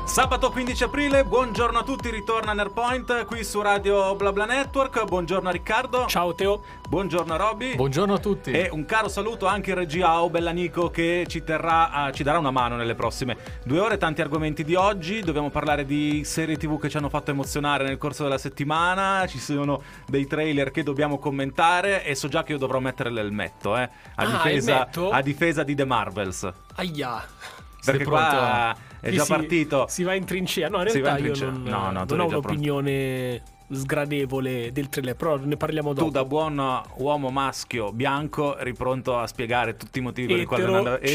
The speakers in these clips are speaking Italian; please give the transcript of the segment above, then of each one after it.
Sabato 15 aprile, buongiorno a tutti, ritorna Nerpoint qui su Radio BlaBla Network. Buongiorno a Riccardo. Ciao Teo. Buongiorno a Robby. Buongiorno a tutti. E un caro saluto anche in regia a Bellanico che ci darà una mano nelle prossime 2 ore. Tanti argomenti di oggi, dobbiamo parlare di serie TV che ci hanno fatto emozionare nel corso della settimana. Ci sono dei trailer che dobbiamo commentare e so già che io dovrò mettere l'elmetto a difesa di The Marvels. Aia. Perché qua è già partito. Si va in trincea. No, in realtà io non ho un'opinione sgradevole del trailer, però ne parliamo dopo. Tu da buon uomo maschio bianco eri pronto a spiegare tutti i motivi per i quali non andava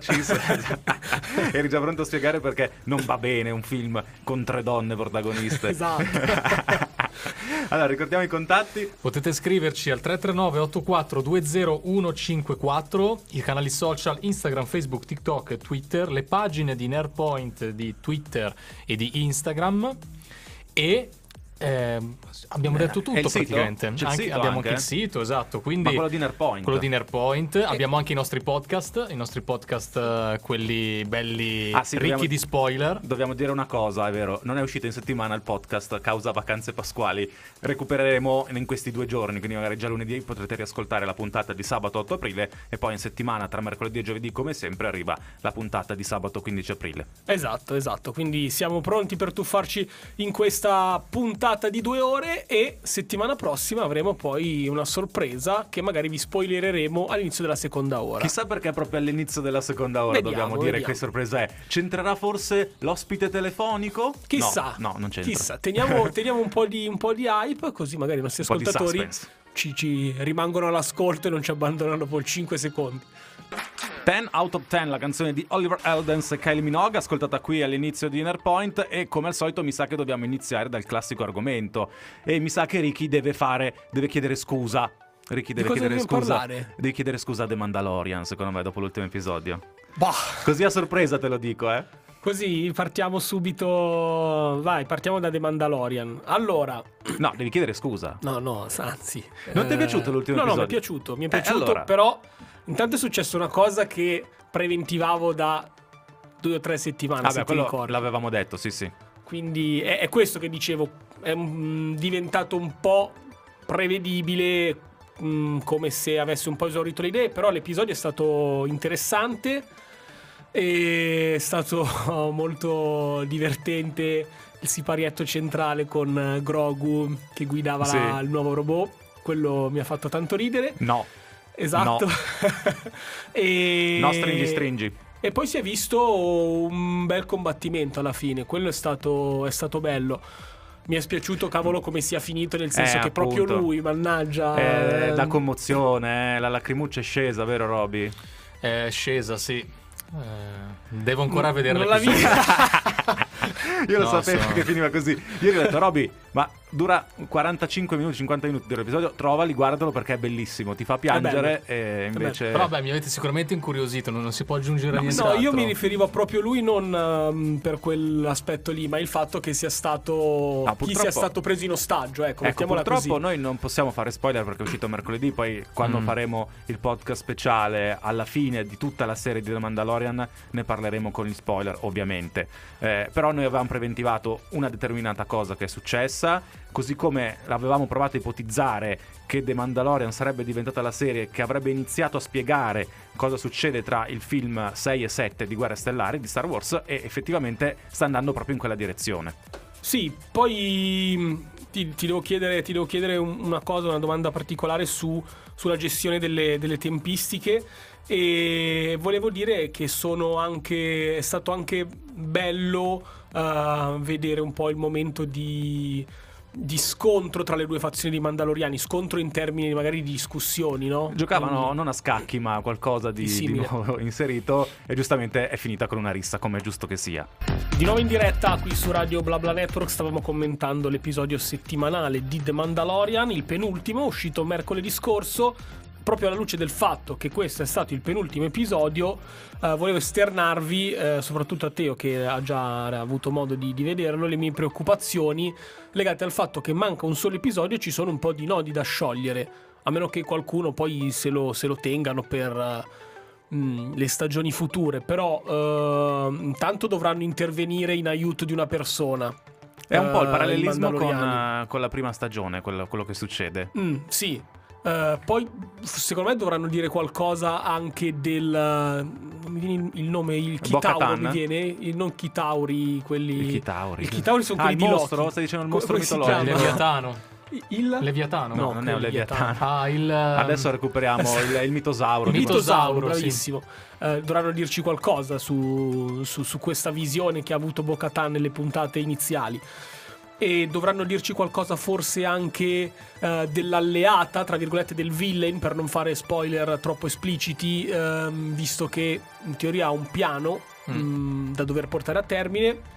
eri già pronto a spiegare perché non va bene un film con 3 donne protagoniste. Esatto. Allora, ricordiamo i contatti. Potete scriverci al 339 8420 154, i canali social Instagram, Facebook, TikTok e Twitter, le pagine di Nerpoint di Twitter e di Instagram e abbiamo detto tutto praticamente. Abbiamo anche il sito, esatto. Quindi, ma quello di Nerpoint. Abbiamo anche i nostri podcast, quelli belli, ricchi di spoiler. Dobbiamo dire una cosa, è vero, non è uscito in settimana il podcast a causa vacanze pasquali. Recupereremo in questi 2 giorni, quindi magari già lunedì potrete riascoltare la puntata di sabato 8 aprile e poi in settimana tra mercoledì e giovedì come sempre arriva la puntata di sabato 15 aprile. Esatto, quindi siamo pronti per tuffarci in questa puntata di 2 ore e settimana prossima avremo poi una sorpresa che magari vi spoilereremo all'inizio della seconda ora. Chissà perché proprio all'inizio della seconda ora dobbiamo dire che sorpresa è. C'entrerà forse l'ospite telefonico? Chissà. No, non c'entra. Chissà, teniamo un po' di hype, così magari i nostri ascoltatori ci rimangono all'ascolto e non ci abbandonano dopo il 5 secondi. 10 out of 10, la canzone di Oliver Heldens e Kylie Minogue, ascoltata qui all'inizio di Nerpoint. E come al solito mi sa che dobbiamo iniziare dal classico argomento e mi sa che Ricky deve chiedere scusa. Ricky deve chiedere scusa a The Mandalorian, secondo me, dopo l'ultimo episodio. Bah. Così a sorpresa te lo dico, Così partiamo subito. Vai, partiamo da The Mandalorian. Allora. No, devi chiedere scusa. No, anzi. Non ti è piaciuto l'ultimo episodio? No, mi è piaciuto, allora. Però intanto è successa una cosa che preventivavo da 2 o 3 settimane. Vabbè, quello l'avevamo detto, sì. Quindi è questo che dicevo, è diventato un po' prevedibile, come se avesse un po' esaurito le idee, però l'episodio è stato interessante. È stato molto divertente il siparietto centrale con Grogu che guidava il nuovo robot. Quello mi ha fatto tanto ridere. No. Esatto. No. No, stringi. E poi si è visto un bel combattimento alla fine. Quello è stato bello. Mi è spiaciuto, cavolo, come sia finito, nel senso che appunto. Proprio lui, mannaggia. Da commozione, la lacrimuccia è scesa, vero Robby? È scesa, sì. Devo ancora vedere non l'episodio. Io lo sapevo che finiva così. Io gli ho detto, Robby, ma dura 45 minuti, 50 minuti dell'episodio, trovali, guardalo perché è bellissimo, ti fa piangere e invece... Però mi avete sicuramente incuriosito, non si può aggiungere a niente. No, io mi riferivo proprio a lui non per quell'aspetto lì, ma il fatto che sia stato chi sia stato preso in ostaggio, mettiamola purtroppo così. Noi non possiamo fare spoiler perché è uscito mercoledì, poi quando faremo il podcast speciale alla fine di tutta la serie di The Mandalorian ne parleremo con gli spoiler, ovviamente. Però noi avevamo preventivato una determinata cosa che è successa, così come l'avevamo provato a ipotizzare che The Mandalorian sarebbe diventata la serie che avrebbe iniziato a spiegare cosa succede tra il film 6 e 7 di Guerre Stellari di Star Wars, e effettivamente sta andando proprio in quella direzione. Sì, poi ti devo chiedere una domanda particolare sulla gestione delle tempistiche, e volevo dire che è stato anche bello vedere un po' il momento di scontro tra le 2 fazioni di Mandaloriani, scontro in termini magari di discussioni, no? Giocavano non a scacchi ma qualcosa di nuovo inserito, e giustamente è finita con una rissa, come è giusto che sia. Di nuovo in diretta qui su Radio BlaBla Network, stavamo commentando l'episodio settimanale di The Mandalorian, il penultimo, uscito mercoledì scorso. Proprio alla luce del fatto che questo è stato il penultimo episodio, volevo esternarvi, soprattutto a Teo che ha già avuto modo di vederlo, le mie preoccupazioni legate al fatto che manca un solo episodio e ci sono un po' di nodi da sciogliere, a meno che qualcuno poi se lo tengano per le stagioni future, però intanto dovranno intervenire in aiuto di una persona. È un po' il i parallelismo Mandaloriani. con la prima stagione, quello che succede. Sì. Poi secondo me dovranno dire qualcosa anche del non mi viene il nome, il Chitauro Bo-Katan? mi viene, non Chitauri, quelli I Chitauri. I Chitauri sono quelli il di mostro? Loki. Stai dicendo il mostro Come si mitologico? chiama? Leviatano. Il Leviatano? No, non è un Leviatano. Il Adesso recuperiamo il mitosauro. Il tipo. mitosauro, bravissimo. Dovranno dirci qualcosa su questa visione che ha avuto Bo-Katan nelle puntate iniziali. E dovranno dirci qualcosa forse anche dell'alleata, tra virgolette, del villain, per non fare spoiler troppo espliciti, visto che in teoria ha un piano da dover portare a termine.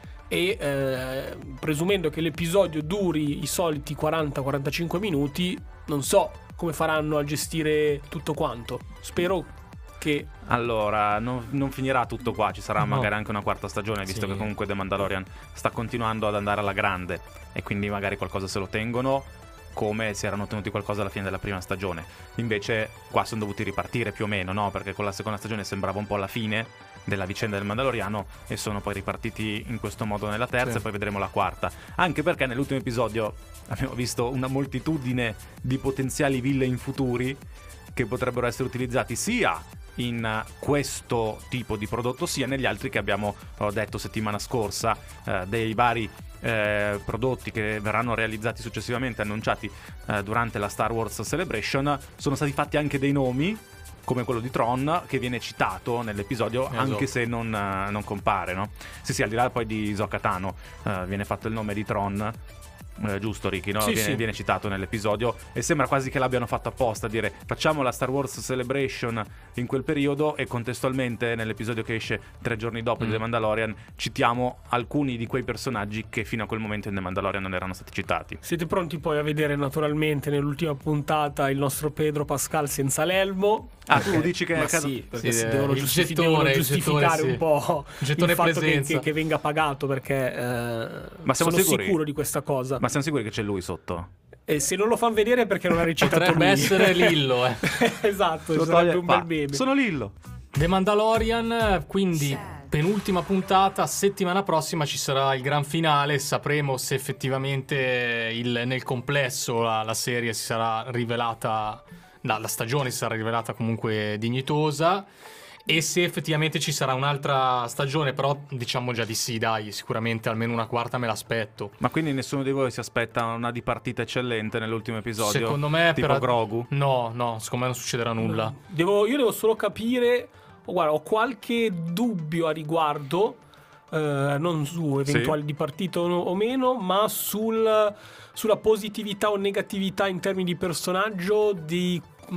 E presumendo che l'episodio duri i soliti 40-45 minuti, non so come faranno a gestire tutto quanto. Spero che... Allora, non finirà tutto qua, ci sarà No. magari anche una quarta stagione, visto Sì. che comunque The Mandalorian sta continuando ad andare alla grande e quindi magari qualcosa se lo tengono, come si erano tenuti qualcosa alla fine della prima stagione. Invece qua sono dovuti ripartire più o meno, no? Perché con la seconda stagione sembrava un po' la fine della vicenda del Mandaloriano e sono poi ripartiti in questo modo nella terza Sì. e poi vedremo la quarta. Anche perché nell'ultimo episodio abbiamo visto una moltitudine di potenziali villain futuri che potrebbero essere utilizzati sia in questo tipo di prodotto sia negli altri che abbiamo detto settimana scorsa, dei vari prodotti che verranno realizzati successivamente, annunciati durante la Star Wars Celebration. Sono stati fatti anche dei nomi, come quello di Tron, che viene citato nell'episodio, anche se non compare, no? Sì, al di là poi di Ahsoka Tano, viene fatto il nome di Tron. Giusto Ricky, no? Sì, Viene citato nell'episodio e sembra quasi che l'abbiano fatto apposta, a dire facciamo la Star Wars Celebration in quel periodo e contestualmente nell'episodio che esce 3 giorni dopo di The Mandalorian citiamo alcuni di quei personaggi che fino a quel momento in The Mandalorian non erano stati citati. Siete pronti poi a vedere naturalmente nell'ultima puntata il nostro Pedro Pascal senza l'elmo? Ah, tu dici che Ma è caso- sì, perché Sì, si devono, il devono gettone, giustificare sì. un po' Il gettone il fatto presenza. che venga pagato, perché Ma siamo sono sicuri? sicuro di questa cosa. Ma siamo sicuri che c'è lui sotto? E se non lo fanno vedere è perché non ha recitato Potrebbe lui. essere Lillo, Esatto, Lo sarebbe toglie- un bel fa, meme. sono Lillo. The Mandalorian, quindi penultima puntata, settimana prossima ci sarà il gran finale, sapremo se effettivamente nel complesso la serie si sarà rivelata, la stagione si sarà rivelata comunque dignitosa e se effettivamente ci sarà un'altra stagione, però diciamo già di sì, dai, sicuramente almeno una quarta me l'aspetto. Ma quindi nessuno di voi si aspetta una dipartita eccellente nell'ultimo episodio? Secondo me tipo Grogu? No, secondo me non succederà nulla. Io devo solo capire. Guarda, ho qualche dubbio a riguardo. Non su eventuali di partito o meno, ma sulla positività o negatività in termini di personaggio di.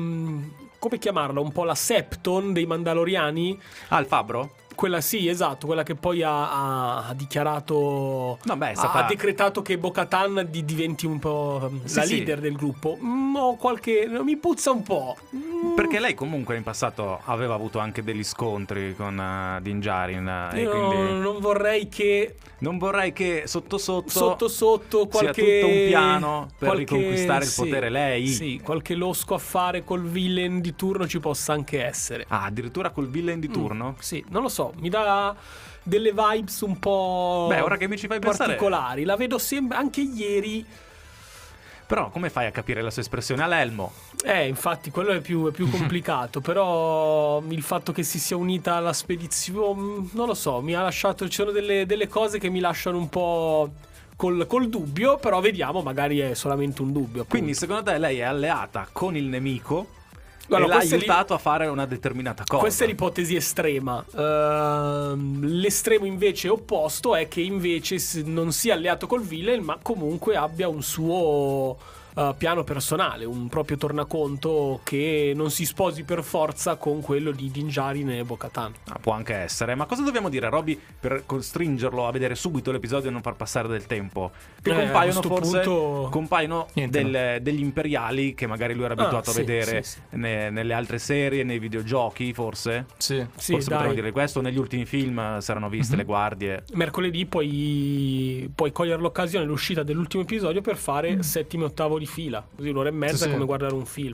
Come chiamarla? Un po' la Septon dei Mandaloriani? Ah, il fabbro? Quella sì, esatto, quella che poi ha dichiarato. No, beh, è ha stata... decretato che Bo-Katan diventi un po' Sì, la sì. leader del gruppo. Ho qualche. Mi puzza un po'. Perché lei comunque in passato aveva avuto anche degli scontri con Din Djarin e Io quindi non vorrei che non vorrei che sotto sotto qualche sia tutto un piano per qualche- riconquistare il sì, potere lei. Sì, qualche losco affare col villain di turno ci possa anche essere. Ah, addirittura col villain di turno? Sì, non lo so, mi dà delle vibes un po' Beh, ora che mi ci fai pensare, particolari. La vedo sempre anche ieri. però come fai a capire la sua espressione all'elmo? Infatti, quello è più complicato. Però il fatto che si sia unita alla spedizione, non lo so, mi ha lasciato. Ci sono delle cose che mi lasciano un po' col dubbio. Però vediamo, magari è solamente un dubbio. appunto. Quindi secondo te lei è alleata con il nemico Guarda, e l'ha questa è aiutato a fare una determinata cosa? Questa è l'ipotesi estrema. L'estremo invece opposto è che invece non sia alleato col villain, ma comunque abbia un suo piano personale, un proprio tornaconto che non si sposi per forza con quello di Din Djarin e Bo-Katan. Ah, può anche essere. Ma cosa dobbiamo dire a Robby per costringerlo a vedere subito l'episodio e non far passare del tempo? Che A compaiono questo forse punto- compaiono Niente, degli imperiali che magari lui era abituato sì, a vedere sì. nelle altre serie, nei videogiochi forse. Sì. Sì, Forse potremmo dai. dire questo. Negli ultimi film si erano viste le guardie. Mercoledì puoi cogliere l'occasione, l'uscita dell'ultimo episodio per fare settimo e ottavo di fila. Così un'ora e mezza Sì, è sì. come guardare un film.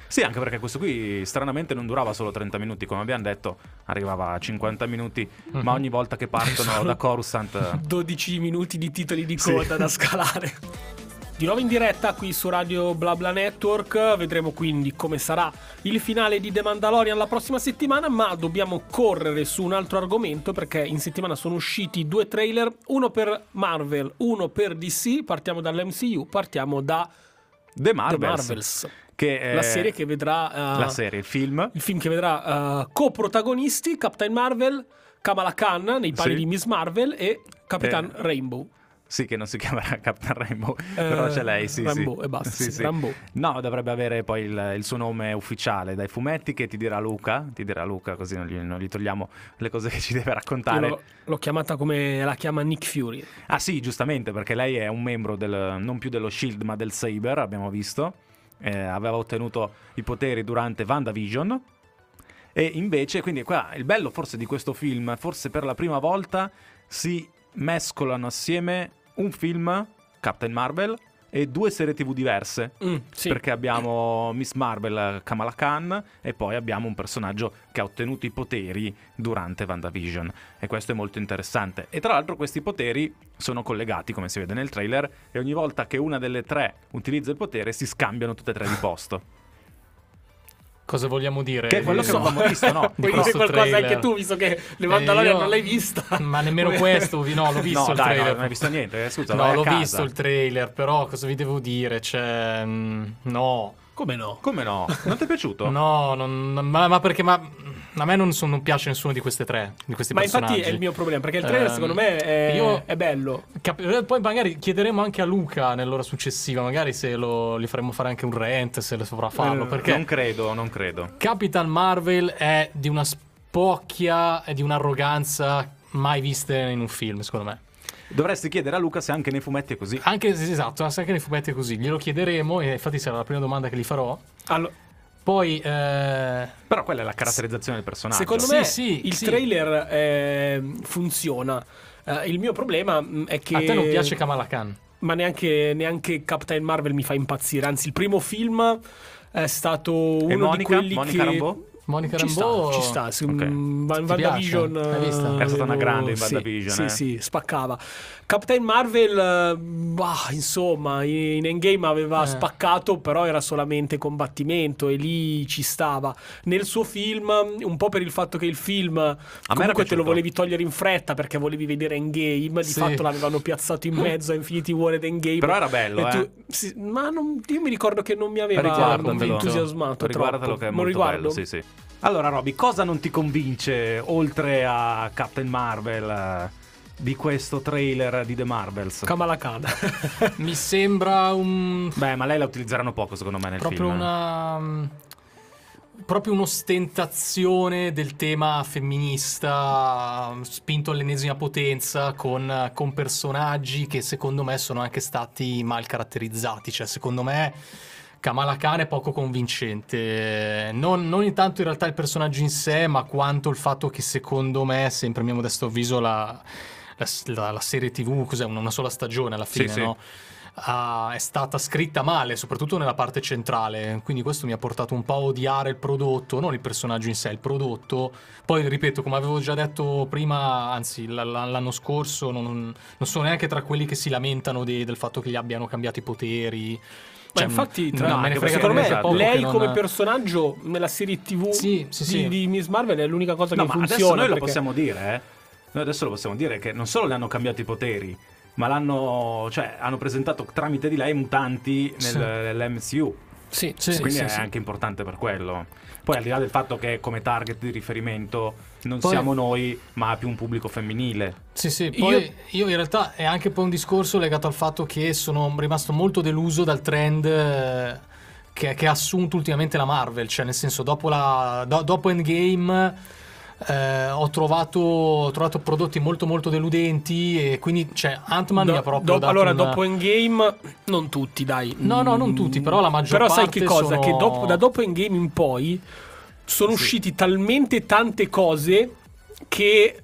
Sì, anche perché questo qui stranamente non durava solo 30 minuti, come abbiamo detto, arrivava a 50 minuti, ma ogni volta che partono da Coruscant 12 minuti di titoli di coda da scalare. Di nuovo in diretta qui su Radio BlaBla Network, vedremo quindi come sarà il finale di The Mandalorian la prossima settimana, ma dobbiamo correre su un altro argomento perché in settimana sono usciti 2 trailer, uno per Marvel, uno per DC. Partiamo dall'MCU, partiamo da The Marvels. Che è la serie che vedrà il film che vedrà coprotagonisti Captain Marvel, Kamala Khan nei panni di Miss Marvel e Capitan Rainbow. Sì, che non si chiamerà Captain Rainbow, però c'è lei, sì, Rainbow sì. e basta, sì. Rainbow. No, dovrebbe avere poi il suo nome ufficiale dai fumetti, che ti dirà Luca, così non gli togliamo le cose che ci deve raccontare. Io l'ho chiamata come la chiama Nick Fury. Ah sì, giustamente, perché lei è un membro non più dello SHIELD ma del Saber, abbiamo visto. Aveva ottenuto i poteri durante WandaVision. E invece, quindi qua il bello forse di questo film, forse per la prima volta si mescolano assieme un film, Captain Marvel, e 2 serie TV diverse. Sì. Perché abbiamo Miss Marvel, Kamala Khan, e poi abbiamo un personaggio che ha ottenuto i poteri durante WandaVision. E questo è molto interessante. E tra l'altro questi poteri sono collegati, come si vede nel trailer, e ogni volta che una delle 3 utilizza il potere si scambiano tutte e 3 di posto. Cosa vogliamo dire? Che è quello che non abbiamo visto, no? Puoi dire qualcosa trailer. Anche tu, visto che le Mandalorian non l'hai vista. Ma nemmeno questo, no, l'ho visto No, il dai, trailer. no, non hai visto niente, scusa, No, vai a l'ho casa. visto il trailer, però cosa vi devo dire? Cioè, no. Come no? Come no? Non ti è piaciuto? No, ma perché a me non piace nessuno di queste 3, di questi Ma personaggi. infatti è il mio problema, perché il trailer secondo me è bello. Poi magari chiederemo anche a Luca nell'ora successiva, magari se gli faremo fare anche un rant, se lo saprà farlo, perché Non credo. Capitan Marvel è di una spocchia e di un'arroganza mai viste in un film, secondo me. Dovresti chiedere a Luca se anche nei fumetti è così. Esatto, se anche nei fumetti è così. Glielo chiederemo e infatti sarà la prima domanda che gli farò. Allora, Poi Però quella è la caratterizzazione del personaggio. secondo me Sì, il sì. trailer funziona. Il mio problema è che a te non piace Kamala Khan? ma neanche Captain Marvel mi fa impazzire. Anzi, il primo film è stato uno di quelli Monica che Rambeau? Monica ci Rambeau sta. Sì, Ok. WandaVision piace? L'hai vista? È stata una grande in sì, WandaVision, sì, spaccava. Captain Marvel, insomma, in Endgame aveva spaccato, però era solamente combattimento e lì ci stava. Nel suo film, un po' per il fatto che il film comunque te piaciuto. lo volevi togliere in fretta perché volevi vedere Endgame, di Sì. fatto l'avevano piazzato in mezzo a Infinity War ed Endgame. Però era bello, Sì, ma io mi ricordo che non mi aveva Riguardatelo. entusiasmato Riguardatelo troppo. che è Me lo molto riguardo? bello, sì. Allora, Roby, cosa non ti convince, oltre a Captain Marvel, di questo trailer di The Marvels? Kamala Khan. Mi sembra Beh, ma lei la utilizzeranno poco, secondo me, nel proprio film. proprio un'ostentazione del tema femminista spinto all'ennesima potenza con personaggi che secondo me sono anche stati mal caratterizzati. Cioè, secondo me Kamala Khan è poco convincente, non intanto in realtà il personaggio in sé, ma quanto il fatto che secondo me, sempre a mio modesto avviso, la serie TV, cos'è, una sola stagione alla fine, Sì. no? È stata scritta male, soprattutto nella parte centrale, quindi questo mi ha portato un po' a odiare il prodotto, non il personaggio in sé, il prodotto. Poi ripeto, come avevo già detto prima, anzi l'anno scorso, non sono neanche tra quelli che si lamentano del fatto che gli abbiano cambiato i poteri. Ma infatti, me ne frega secondo me, poco lei che non- come personaggio nella serie TV Sì. di Miss Marvel è l'unica cosa No, che ma funziona. adesso noi lo perché- possiamo dire, Noi adesso lo possiamo dire che non solo le hanno cambiato i poteri, ma hanno presentato tramite di lei mutanti nell'MCU. Sì, Quindi sì, è sì. anche importante per quello. Poi al di là del fatto che come target di riferimento non Poi- siamo noi, ma più un pubblico femminile. Sì, poi io in realtà è anche poi un discorso legato al fatto che sono rimasto molto deluso dal trend che ha assunto ultimamente la Marvel, cioè nel senso dopo Endgame ho trovato prodotti molto molto deludenti e quindi Ant-Man mi ha proprio dato allora, dopo Endgame, non tutti, dai. No, non tutti, però la maggior Però parte sai che cosa? sono- Che da dopo Endgame in poi sono usciti talmente tante cose che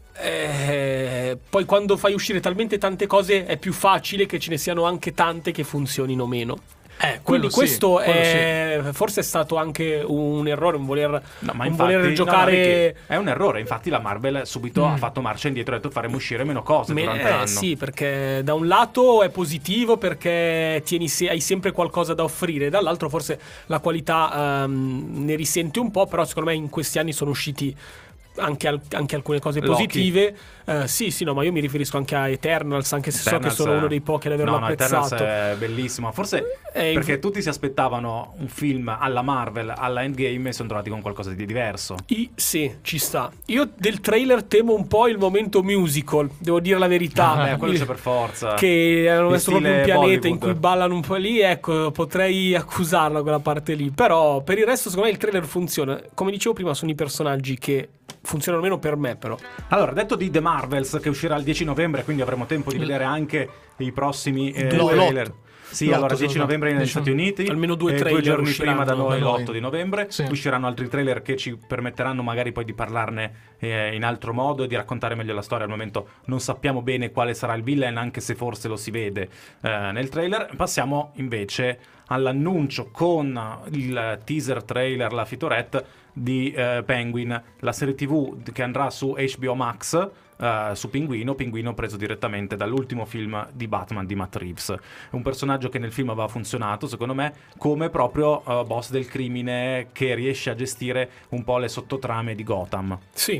poi quando fai uscire talmente tante cose è più facile che ce ne siano anche tante che funzionino meno. Quindi questo sì. forse è stato anche un errore, un voler infatti, giocare. È un errore, infatti la Marvel subito ha fatto marcia indietro e ha detto faremo uscire meno cose durante l'anno. Sì, perché da un lato è positivo perché hai sempre qualcosa da offrire, dall'altro forse la qualità ne risente un po', però secondo me in questi anni sono usciti anche alcune cose positive. Sì, no, ma io mi riferisco anche a Eternals, anche se so che sono uno dei pochi ad averlo apprezzato. Eternals è bellissimo, forse perché tutti si aspettavano un film alla Marvel, alla Endgame, e sono trovati con qualcosa di diverso. Sì, ci sta. Io del trailer temo un po' il momento musical, devo dire la verità. Quello c'è per forza. Che hanno messo proprio un pianeta Bollywood in cui ballano un po' lì, ecco, potrei accusarla quella parte lì. Però per il resto secondo me il trailer funziona. Come dicevo prima, sono i personaggi che funzionano almeno per me, però. Allora, detto di The Marvels, che uscirà il 10 novembre, quindi avremo tempo di vedere anche i prossimi trailer. Sì, allora 10 novembre negli Stati Uniti, almeno 2 trailer 2 giorni usciranno prima da noi, l'8 di novembre. Sì. Usciranno altri trailer che ci permetteranno magari poi di parlarne in altro modo e di raccontare meglio la storia. Al momento non sappiamo bene quale sarà il villain, anche se forse lo si vede nel trailer. Passiamo invece all'annuncio con il teaser trailer, la featurette di Penguin, la serie TV che andrà su HBO Max, su Pinguino preso direttamente dall'ultimo film di Batman di Matt Reeves. È un personaggio che nel film aveva funzionato, secondo me, come proprio boss del crimine che riesce a gestire un po' le sottotrame di Gotham. Sì.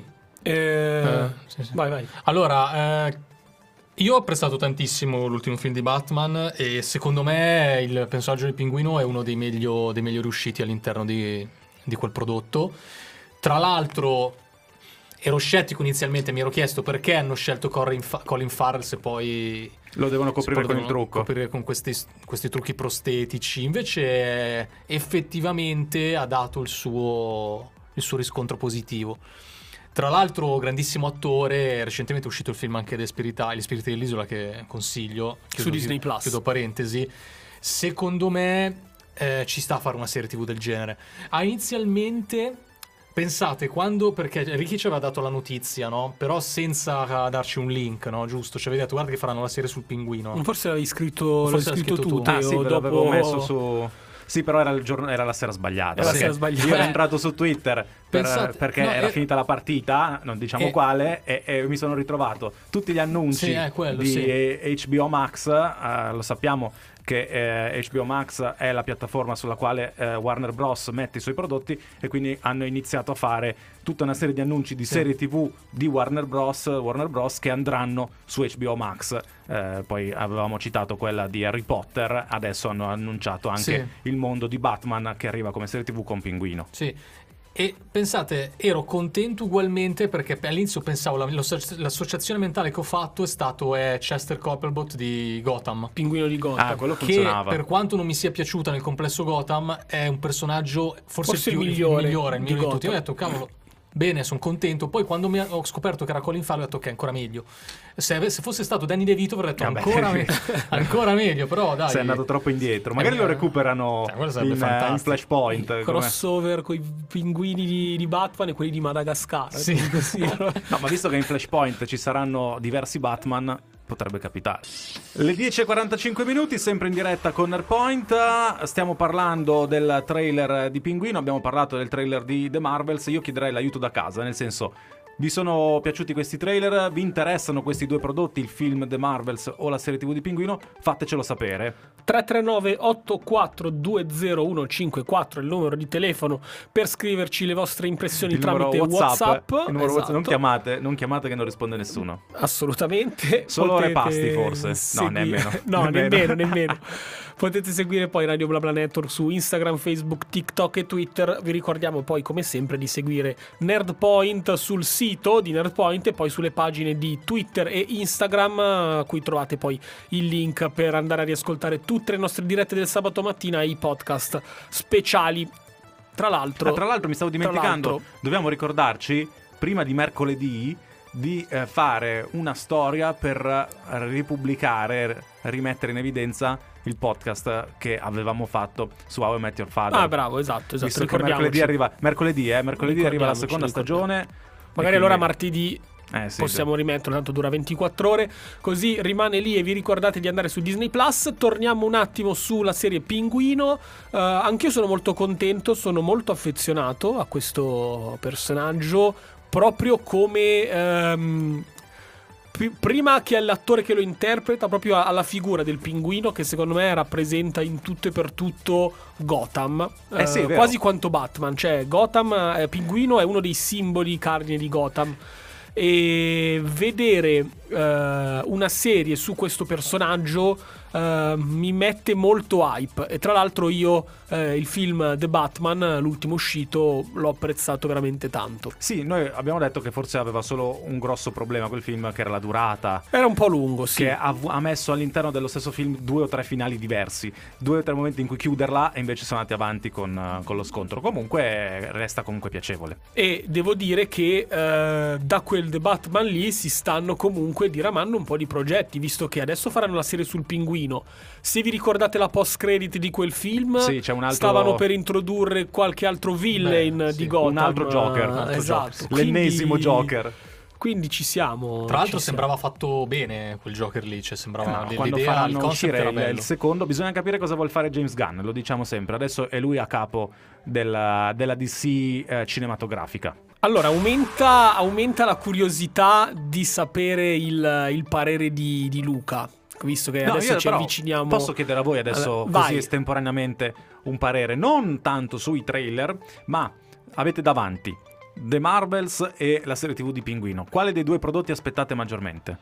Sì. Vai. Allora, io ho apprezzato tantissimo l'ultimo film di Batman e secondo me il personaggio del Pinguino è uno dei meglio riusciti all'interno di quel prodotto. Tra l'altro ero scettico inizialmente, mi ero chiesto perché hanno scelto Colin Farrell se poi lo devono coprire con il trucco, coprire con questi trucchi prostetici. Invece effettivamente ha dato il suo riscontro positivo. Tra l'altro grandissimo attore, recentemente è uscito il film anche Gli Spiriti dell'Isola, che consiglio su Disney Plus. Chiudo parentesi. Secondo me ci sta a fare una serie TV del genere. Inizialmente pensate perché Ricky ci aveva dato la notizia, no? Però senza darci un link, no? Giusto? Cioè, vedete, guarda che faranno la serie sul Pinguino. Forse l'avevi scritto tu. Sì, l'avevo messo su. Sì, però era la sera sbagliata. Io ero entrato su Twitter perché era finita la partita, non diciamo quale, e mi sono ritrovato tutti gli annunci di HBO Max. Lo sappiamo che HBO Max è la piattaforma sulla quale Warner Bros. Mette i suoi prodotti, e quindi hanno iniziato a fare tutta una serie di annunci di serie TV di Warner Bros. Che andranno su HBO Max. Poi avevamo citato quella di Harry Potter, adesso hanno annunciato anche il mondo di Batman che arriva come serie TV con Pinguino. Sì. E pensate, ero contento ugualmente perché all'inizio pensavo l'associazione mentale che ho fatto è stato Chester Copperpot di Gotham, Pinguino di Gotham, quello che funzionava. Per quanto non mi sia piaciuta nel complesso Gotham, è un personaggio forse il migliore di di tutti. Ho detto cavolo, bene, sono contento. Poi quando ho scoperto che era Colin Farrell ho detto che è ancora meglio. Se fosse stato Danny DeVito avrei detto ancora meglio, però dai, sei andato troppo indietro. Magari lo recuperano in Flashpoint, crossover con i pinguini di Batman e quelli di Madagascar. Sì. No, ma visto che in Flashpoint ci saranno diversi Batman, potrebbe capitare. Le 10:45 minuti, sempre in diretta con Airpoint. Stiamo parlando del trailer di Pinguino, abbiamo parlato del trailer di The Marvels. Io chiederei l'aiuto da casa, nel senso, vi sono piaciuti questi trailer? Vi interessano questi due prodotti, il film The Marvels o la serie TV di Pinguino? Fatecelo sapere. 339 8420154 il numero di telefono per scriverci le vostre impressioni tramite WhatsApp. Il numero WhatsApp. Non chiamate che non risponde nessuno. Assolutamente. Solo Repasti forse. No, nemmeno. No, nemmeno. Potete seguire poi Radio BlaBla Network su Instagram, Facebook, TikTok e Twitter. Vi ricordiamo poi come sempre di seguire Nerdpoint sul sito di Nerdpoint e poi sulle pagine di Twitter e Instagram, a cui trovate poi il link per andare a riascoltare tutte le nostre dirette del sabato mattina e i podcast speciali. Tra l'altro mi stavo dimenticando, dobbiamo ricordarci prima di mercoledì di fare una storia per ripubblicare, rimettere in evidenza il podcast che avevamo fatto su How I Met Your Father. Ah, bravo, esatto. Visto che mercoledì arriva la seconda stagione. Magari allora martedì possiamo rimetterlo, tanto dura 24 ore, così rimane lì e vi ricordate di andare su Disney Plus. Torniamo un attimo sulla serie Pinguino. Anch'io sono molto contento, sono molto affezionato a questo personaggio, proprio come prima che all'attore che lo interpreta, proprio alla figura del pinguino, che secondo me rappresenta in tutto e per tutto Gotham, quasi quanto Batman. Cioè Gotham, Pinguino è uno dei simboli cardine di Gotham, e vedere una serie su questo personaggio mi mette molto hype. E tra l'altro io il film The Batman, l'ultimo uscito, l'ho apprezzato veramente tanto. Sì, noi abbiamo detto che forse aveva solo un grosso problema quel film, che era la durata. Era un po' lungo, sì. Che ha messo all'interno dello stesso film 2 o 3 finali diversi, 2 o 3 momenti in cui chiuderla, e invece sono andati avanti con lo scontro. Comunque resta comunque piacevole. E devo dire che da quel The Batman lì si stanno comunque diramando un po' di progetti, visto che adesso faranno la serie sul pinguino. Se vi ricordate la post credit di quel film, sì, c'è un altro... stavano per introdurre qualche altro villain di Gotham, un altro Joker, esatto. L'ennesimo Joker. Quindi ci siamo. Tra l'altro sembrava fatto bene quel Joker lì, cioè sembrava quando l'idea, faranno il concept era bello. il secondo, bisogna capire cosa vuol fare James Gunn, lo diciamo sempre. Adesso è lui a capo della DC cinematografica. Allora, aumenta la curiosità di sapere il parere di Luca, visto che adesso ci avviciniamo. Posso chiedere a voi adesso, così estemporaneamente, un parere non tanto sui trailer, ma avete davanti The Marvels e la serie TV di Pinguino. Quale dei due prodotti aspettate maggiormente?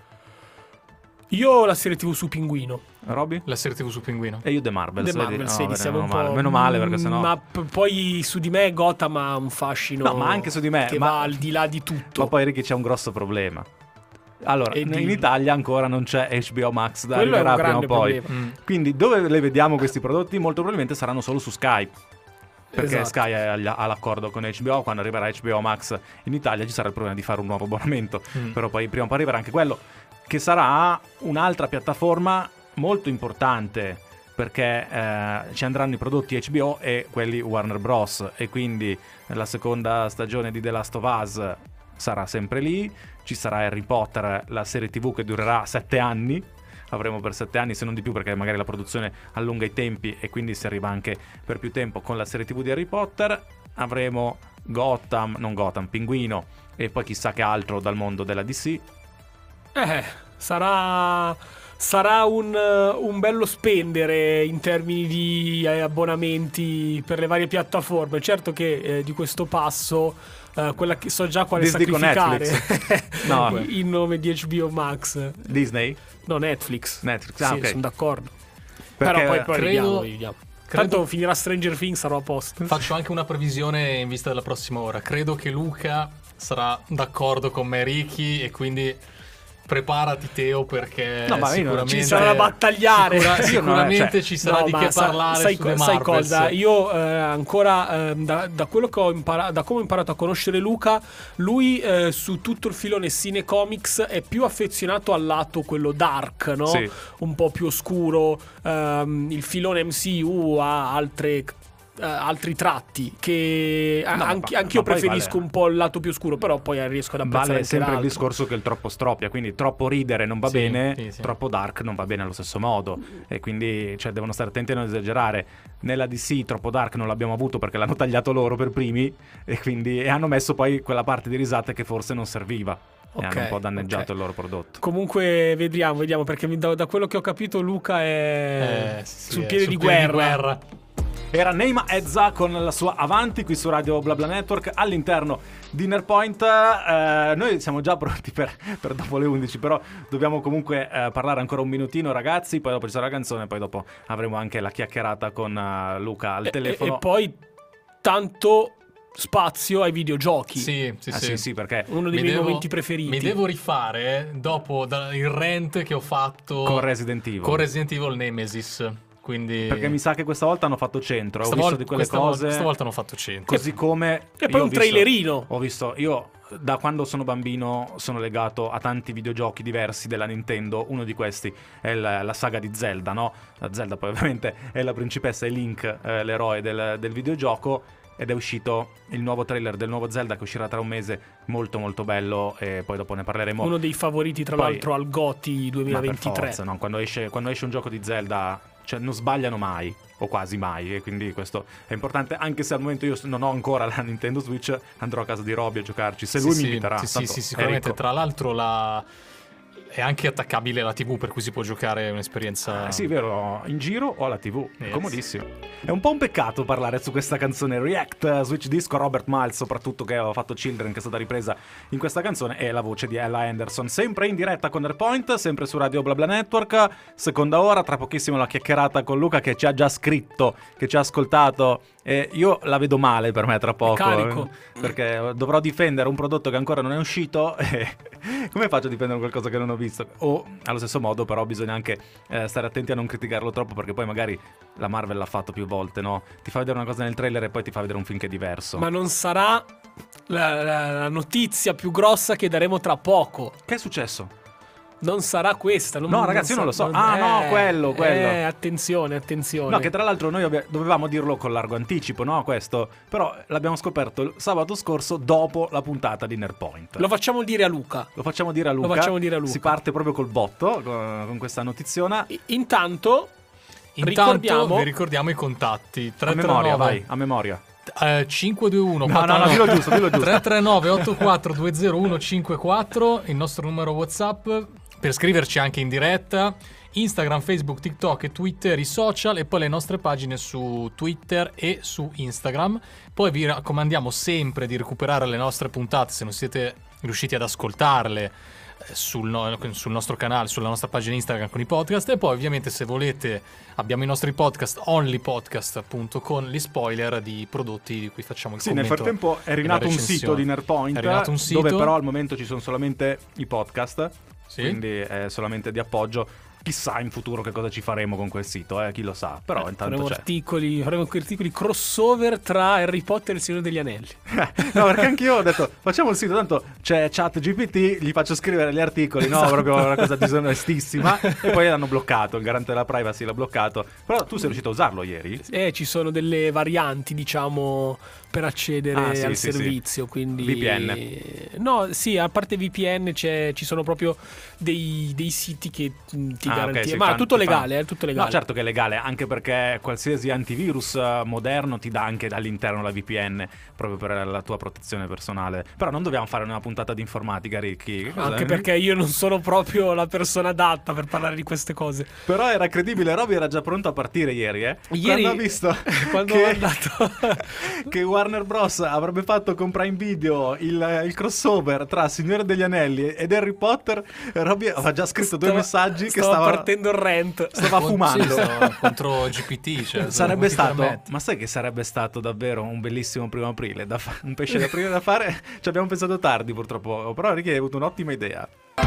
Io la serie TV su Pinguino. Robby? La serie TV su Pinguino. E io The Marvels. The Marvels, vedi, siamo un po'... Meno male, perché sennò... Ma poi su di me Gotham ha un fascino... No, ma anche su di me. Che va al di là di tutto. Ma poi Ricky c'è un grosso problema. Allora, in Italia ancora non c'è HBO Max, arriverà prima o poi. Quindi dove le vediamo questi prodotti? Molto probabilmente saranno solo su Sky. Perché Sky ha l'accordo con HBO. Quando arriverà HBO Max in Italia ci sarà il problema di fare un nuovo abbonamento. Però poi prima o poi arriverà anche quello, che sarà un'altra piattaforma molto importante, perché ci andranno i prodotti HBO e quelli Warner Bros. E quindi la seconda stagione di The Last of Us sarà sempre lì. Ci sarà Harry Potter, la serie TV, che durerà 7 anni. Avremo per 7 anni, se non di più, perché magari la produzione allunga i tempi e quindi si arriva anche per più tempo con la serie TV di Harry Potter. Avremo Pinguino, e poi chissà che altro dal mondo della DC. Sarà un bello spendere in termini di abbonamenti per le varie piattaforme. Certo che di questo passo quella che so già quale Disney sacrificare no. in nome di HBO Max. Disney? No, Netflix. Sì, okay. Sono d'accordo. Perché però poi vediamo. Tanto finirà Stranger Things, sarò a posto. Faccio anche una previsione in vista della prossima ora. Credo che Luca sarà d'accordo con me, Ricky, e quindi preparati, Teo, perché sicuramente ci sarà da battagliare. Sicuramente ci sarà di che parlare. Sai cosa? Io ancora da quello che ho imparato, da come ho imparato a conoscere Luca, lui su tutto il filone Cinecomics è più affezionato al lato quello dark, no? Sì. Un po' più oscuro. Il filone MCU ha altri tratti che anch'io preferisco un po' il lato più scuro, però poi riesco ad apprezzare. Vale sempre l'altro. il discorso che il troppo stropia, quindi troppo ridere non va bene, troppo dark non va bene allo stesso modo, e quindi devono stare attenti a non esagerare. Nella DC troppo dark non l'abbiamo avuto perché l'hanno tagliato loro per primi, e hanno messo poi quella parte di risate che forse non serviva. E hanno un po' danneggiato il loro prodotto. Comunque vediamo, perché da quello che ho capito Luca è sul piede di guerra. Era Neima Ezza con la sua Avanti qui su Radio BlaBla Network all'interno di Nerpoint. Noi siamo già pronti per dopo le 11, però dobbiamo comunque parlare ancora un minutino, ragazzi. Poi dopo ci sarà la canzone, poi dopo avremo anche la chiacchierata con Luca al telefono. E poi tanto spazio ai videogiochi. Sì, perché uno dei miei momenti preferiti. Mi devo rifare dopo il rant che ho fatto con Resident Evil Nemesis. Quindi... Perché mi sa che questa volta hanno fatto centro. Ho visto di quelle cose. Questa volta hanno fatto centro. Così come. E poi un trailerino. Io da quando sono bambino sono legato a tanti videogiochi diversi della Nintendo. Uno di questi è la saga di Zelda, no? La Zelda poi ovviamente è la principessa e Link, l'eroe del videogioco. ed è uscito il nuovo trailer del nuovo Zelda che uscirà tra un mese, molto molto bello, e poi dopo ne parleremo. Uno dei favoriti tra l'altro al GOTY 2023. Ma per forza, no? Quando esce un gioco di Zelda, cioè, non sbagliano mai, o quasi mai, e quindi questo è importante, anche se al momento io non ho ancora la Nintendo Switch, andrò a casa di Roby a giocarci, se lui mi inviterà. Sì, sicuramente. Tra l'altro è anche attaccabile alla TV, per cui si può giocare un'esperienza... Sì, vero, in giro o alla TV, è comodissimo. È un po' un peccato parlare su questa canzone React Switch Disco, Robert Miles soprattutto, che aveva fatto Children, che è stata ripresa in questa canzone, e la voce di Ella Anderson, sempre in diretta con Airpoint, sempre su Radio BlaBla Network, seconda ora, tra pochissimo la chiacchierata con Luca che ci ha già scritto, che ci ha ascoltato, e io la vedo male per me tra poco, carico, perché dovrò difendere un prodotto che ancora non è uscito e come faccio a difendere qualcosa che non ho visto? O allo stesso modo però bisogna anche stare attenti a non criticarlo troppo, perché poi magari la Marvel l'ha fatto più volte, no? Ti fa vedere una cosa nel trailer e poi ti fa vedere un film che è diverso. Ma non sarà la notizia più grossa che daremo tra poco. Che è successo? Non sarà questa. No, ragazzi, io non lo so. Quello. Attenzione. No, che tra l'altro noi dovevamo dirlo con largo anticipo, no? Questo. Però l'abbiamo scoperto il sabato scorso dopo la puntata di Nerdpoint. Lo facciamo dire a Luca. Si parte proprio col botto con questa notiziona. Intanto vi ricordiamo i contatti. 339 a memoria. 521 no, dillo giusto. 339 84 20154, il nostro numero WhatsApp per scriverci anche in diretta, Instagram, Facebook, TikTok e Twitter, i social, e poi le nostre pagine su Twitter e su Instagram. Poi vi raccomandiamo sempre di recuperare le nostre puntate se non siete riusciti ad ascoltarle sul nostro canale, sulla nostra pagina Instagram con i podcast. E poi ovviamente, se volete, abbiamo i nostri podcast, Only Podcast, appunto, con gli spoiler di prodotti di cui facciamo il commento. Nel frattempo è rinato un sito di Nerdpoint, dove però al momento ci sono solamente i podcast, quindi è solamente di appoggio. Chissà in futuro che cosa ci faremo con quel sito, chi lo sa. Però intanto faremo articoli crossover tra Harry Potter e il Signore degli Anelli. No, perché anch'io ho detto facciamo il sito, tanto c'è ChatGPT, gli faccio scrivere gli articoli, no? Esatto. Proprio una cosa disonestissima. E poi l'hanno bloccato, il garante della privacy l'ha bloccato. Però tu sei riuscito a usarlo ieri? Ci sono delle varianti, diciamo, per accedere al servizio, quindi VPN. No, sì, a parte VPN ci sono proprio dei siti che ti garantiscono. Ma tutto legale, è tutto legale. No, certo che è legale, anche perché qualsiasi antivirus moderno ti dà anche all'interno la VPN, proprio per la tua protezione personale. Però non dobbiamo fare una puntata di informatica, Ricky. Anche perché io non sono proprio la persona adatta per parlare di queste cose. Però era credibile, Roby era già pronto a partire ieri, Ieri, quando ha visto quando ho andato che Warner Bros avrebbe fatto con Prime Video il crossover tra Signore degli Anelli ed Harry Potter, Roby aveva già scritto due messaggi che stava partendo il rant, stava fumando contro GPT, cioè, sarebbe stato, ma sai che sarebbe stato davvero un bellissimo primo aprile, un pesce d'aprile da fare. Ci abbiamo pensato tardi purtroppo, però Ricky ha avuto un'ottima idea.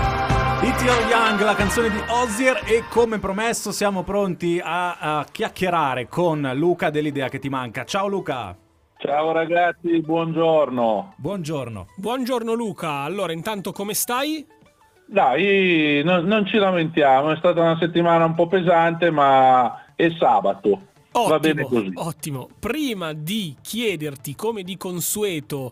E.T.L. Young, la canzone di Hozier, e come promesso siamo pronti a chiacchierare con Luca dell'idea che ti manca. Ciao Luca. Ciao ragazzi, buongiorno. Buongiorno Luca. Allora, intanto come stai? Dai, non ci lamentiamo, è stata una settimana un po' pesante, ma è sabato. Va bene così. Ottimo. Prima di chiederti, come di consueto,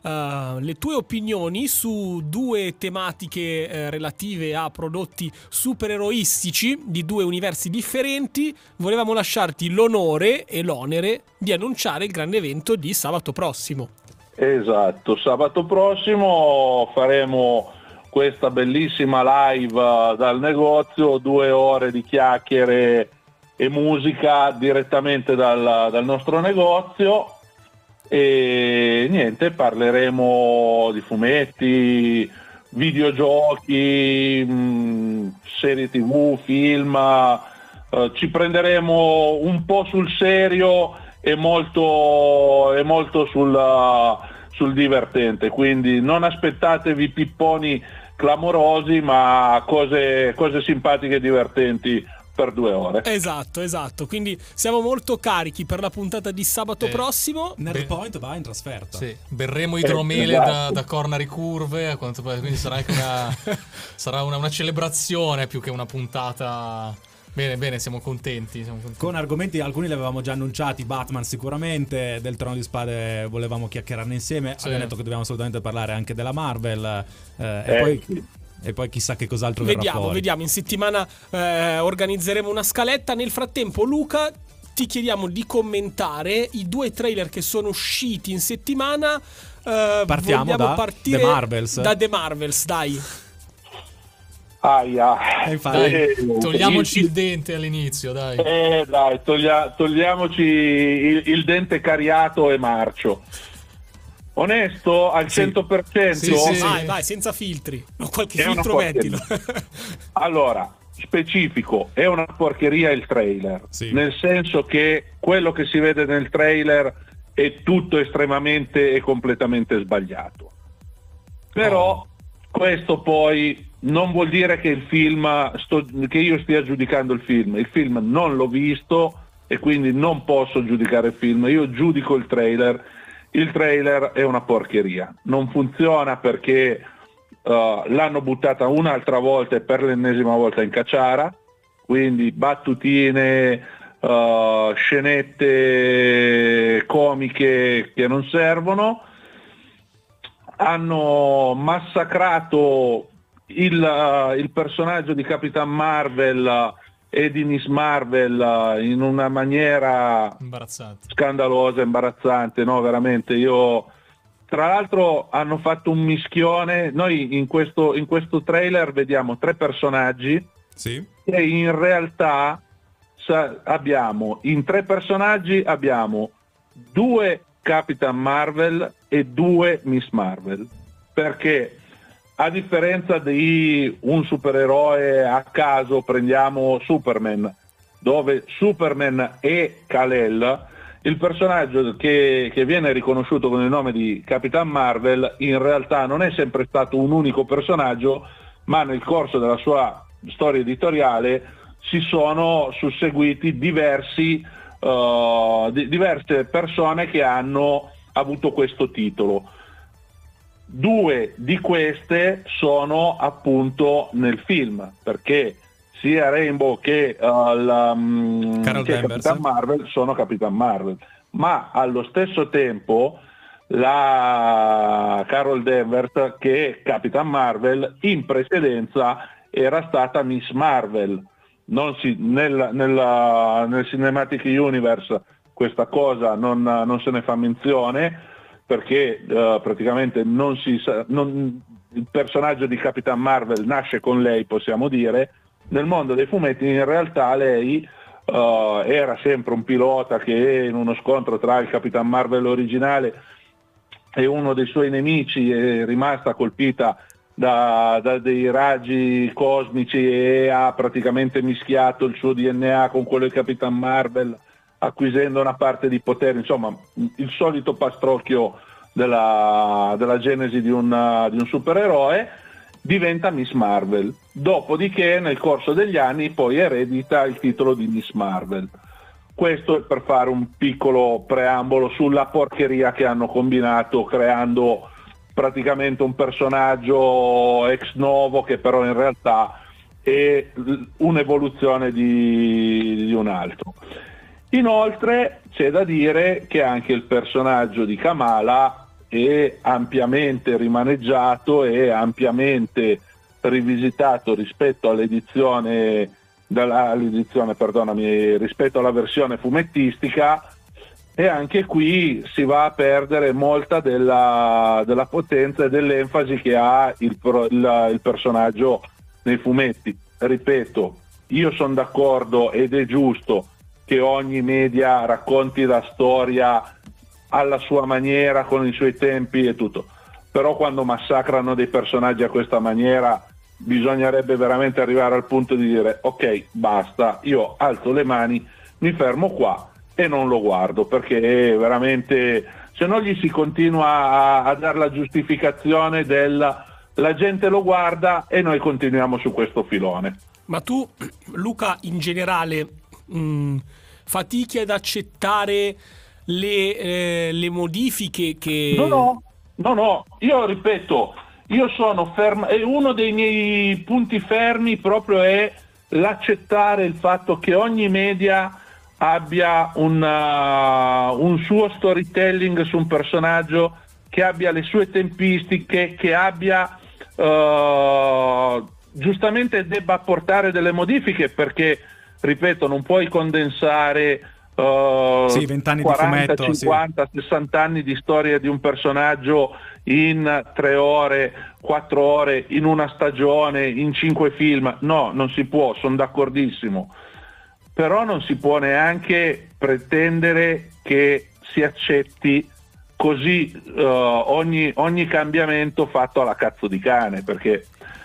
le tue opinioni su due tematiche relative a prodotti supereroistici di due universi differenti, volevamo lasciarti l'onore e l'onere di annunciare il grande evento di sabato prossimo. Esatto, sabato prossimo faremo questa bellissima live dal negozio, 2 ore di chiacchiere e musica direttamente dal nostro negozio, e niente, parleremo di fumetti, videogiochi, serie TV, film, ci prenderemo un po' sul serio e molto sul divertente, quindi non aspettatevi pipponi clamorosi, ma cose simpatiche e divertenti per 2 ore. Esatto, quindi siamo molto carichi per la puntata di sabato prossimo. Nerdpoint va in trasferta. Sì, berremo idromele esatto. da corna ricurve, quindi sarà anche una celebrazione più che una puntata Bene, siamo contenti. Con argomenti, alcuni li avevamo già annunciati, Batman sicuramente, del Trono di Spade volevamo chiacchierarne insieme, abbiamo detto che dobbiamo assolutamente parlare anche della Marvel, e poi chissà che cos'altro verrà fuori. Vediamo, in settimana organizzeremo una scaletta. Nel frattempo, Luca, ti chiediamo di commentare i 2 trailer che sono usciti in settimana. Partiamo da partire The Marvels. Da The Marvels, dai. Togliamoci il dente all'inizio, dai. Togliamoci il dente cariato e marcio. Onesto al 100%. Sì. Vai, senza filtri. Qualche filtro mettilo. Allora, specifico, è una porcheria il trailer, nel senso che quello che si vede nel trailer è tutto estremamente e completamente sbagliato. Però questo poi non vuol dire che il film che io stia giudicando il film non l'ho visto e quindi non posso giudicare il film, io giudico il trailer è una porcheria, non funziona perché l'hanno buttata un'altra volta e per l'ennesima volta in caciara, quindi battutine, scenette comiche che non servono. Hanno massacrato il personaggio di Capitan Marvel e di Miss Marvel in una maniera scandalosa, imbarazzante, no, veramente. Tra l'altro hanno fatto un mischione. Noi in questo trailer vediamo 3 personaggi e in realtà in 3 personaggi abbiamo 2 Capitan Marvel e 2 Miss Marvel, perché a differenza di un supereroe a caso, prendiamo Superman, dove Superman è Kal-El, il personaggio che viene riconosciuto con il nome di Capitan Marvel in realtà non è sempre stato un unico personaggio, ma nel corso della sua storia editoriale si sono susseguiti diverse persone che hanno avuto questo titolo. 2 di queste sono appunto nel film, perché sia Rainbow che Capitan Marvel sono Capitan Marvel, ma allo stesso tempo la Carol Danvers, che è Capitan Marvel, in precedenza era stata Miss Marvel. Nel Cinematic Universe questa cosa non se ne fa menzione, perché praticamente il personaggio di Capitan Marvel nasce con lei, possiamo dire. Nel mondo dei fumetti in realtà lei era sempre un pilota che in uno scontro tra il Capitan Marvel originale e uno dei suoi nemici è rimasta colpita da dei raggi cosmici e ha praticamente mischiato il suo DNA con quello di Capitan Marvel, acquisendo una parte di potere, insomma il solito pastrocchio della genesi di un supereroe. Diventa Miss Marvel, dopodiché nel corso degli anni poi eredita il titolo di Miss Marvel. Questo è per fare un piccolo preambolo sulla porcheria che hanno combinato, creando praticamente un personaggio ex novo che però in realtà è un'evoluzione di un altro. Inoltre c'è da dire che anche il personaggio di Kamala è ampiamente rimaneggiato e ampiamente rivisitato rispetto rispetto alla versione fumettistica, e anche qui si va a perdere molta della potenza e dell'enfasi che ha il personaggio nei fumetti. Ripeto, io sono d'accordo ed è giusto che ogni media racconti la storia alla sua maniera, con i suoi tempi e tutto, però quando massacrano dei personaggi a questa maniera bisognerebbe veramente arrivare al punto di dire ok, basta, io alzo le mani, mi fermo qua e non lo guardo, perché veramente, se no gli si continua a dare la giustificazione la gente lo guarda e noi continuiamo su questo filone. Ma tu, Luca, in generale fatichi ad accettare le modifiche che... No, io ripeto, io sono fermo, e uno dei miei punti fermi proprio è l'accettare il fatto che ogni media abbia un suo storytelling su un personaggio, che abbia le sue tempistiche, che abbia giustamente debba apportare delle modifiche, perché ripeto, non puoi condensare 20 anni 40, di fumetto, 50, 60 anni di storia di un personaggio in 3 ore, 4 ore, in una stagione, in 5 film. No, non si può, sono d'accordissimo. Però non si può neanche pretendere che si accetti così ogni cambiamento fatto alla cazzo di cane, perché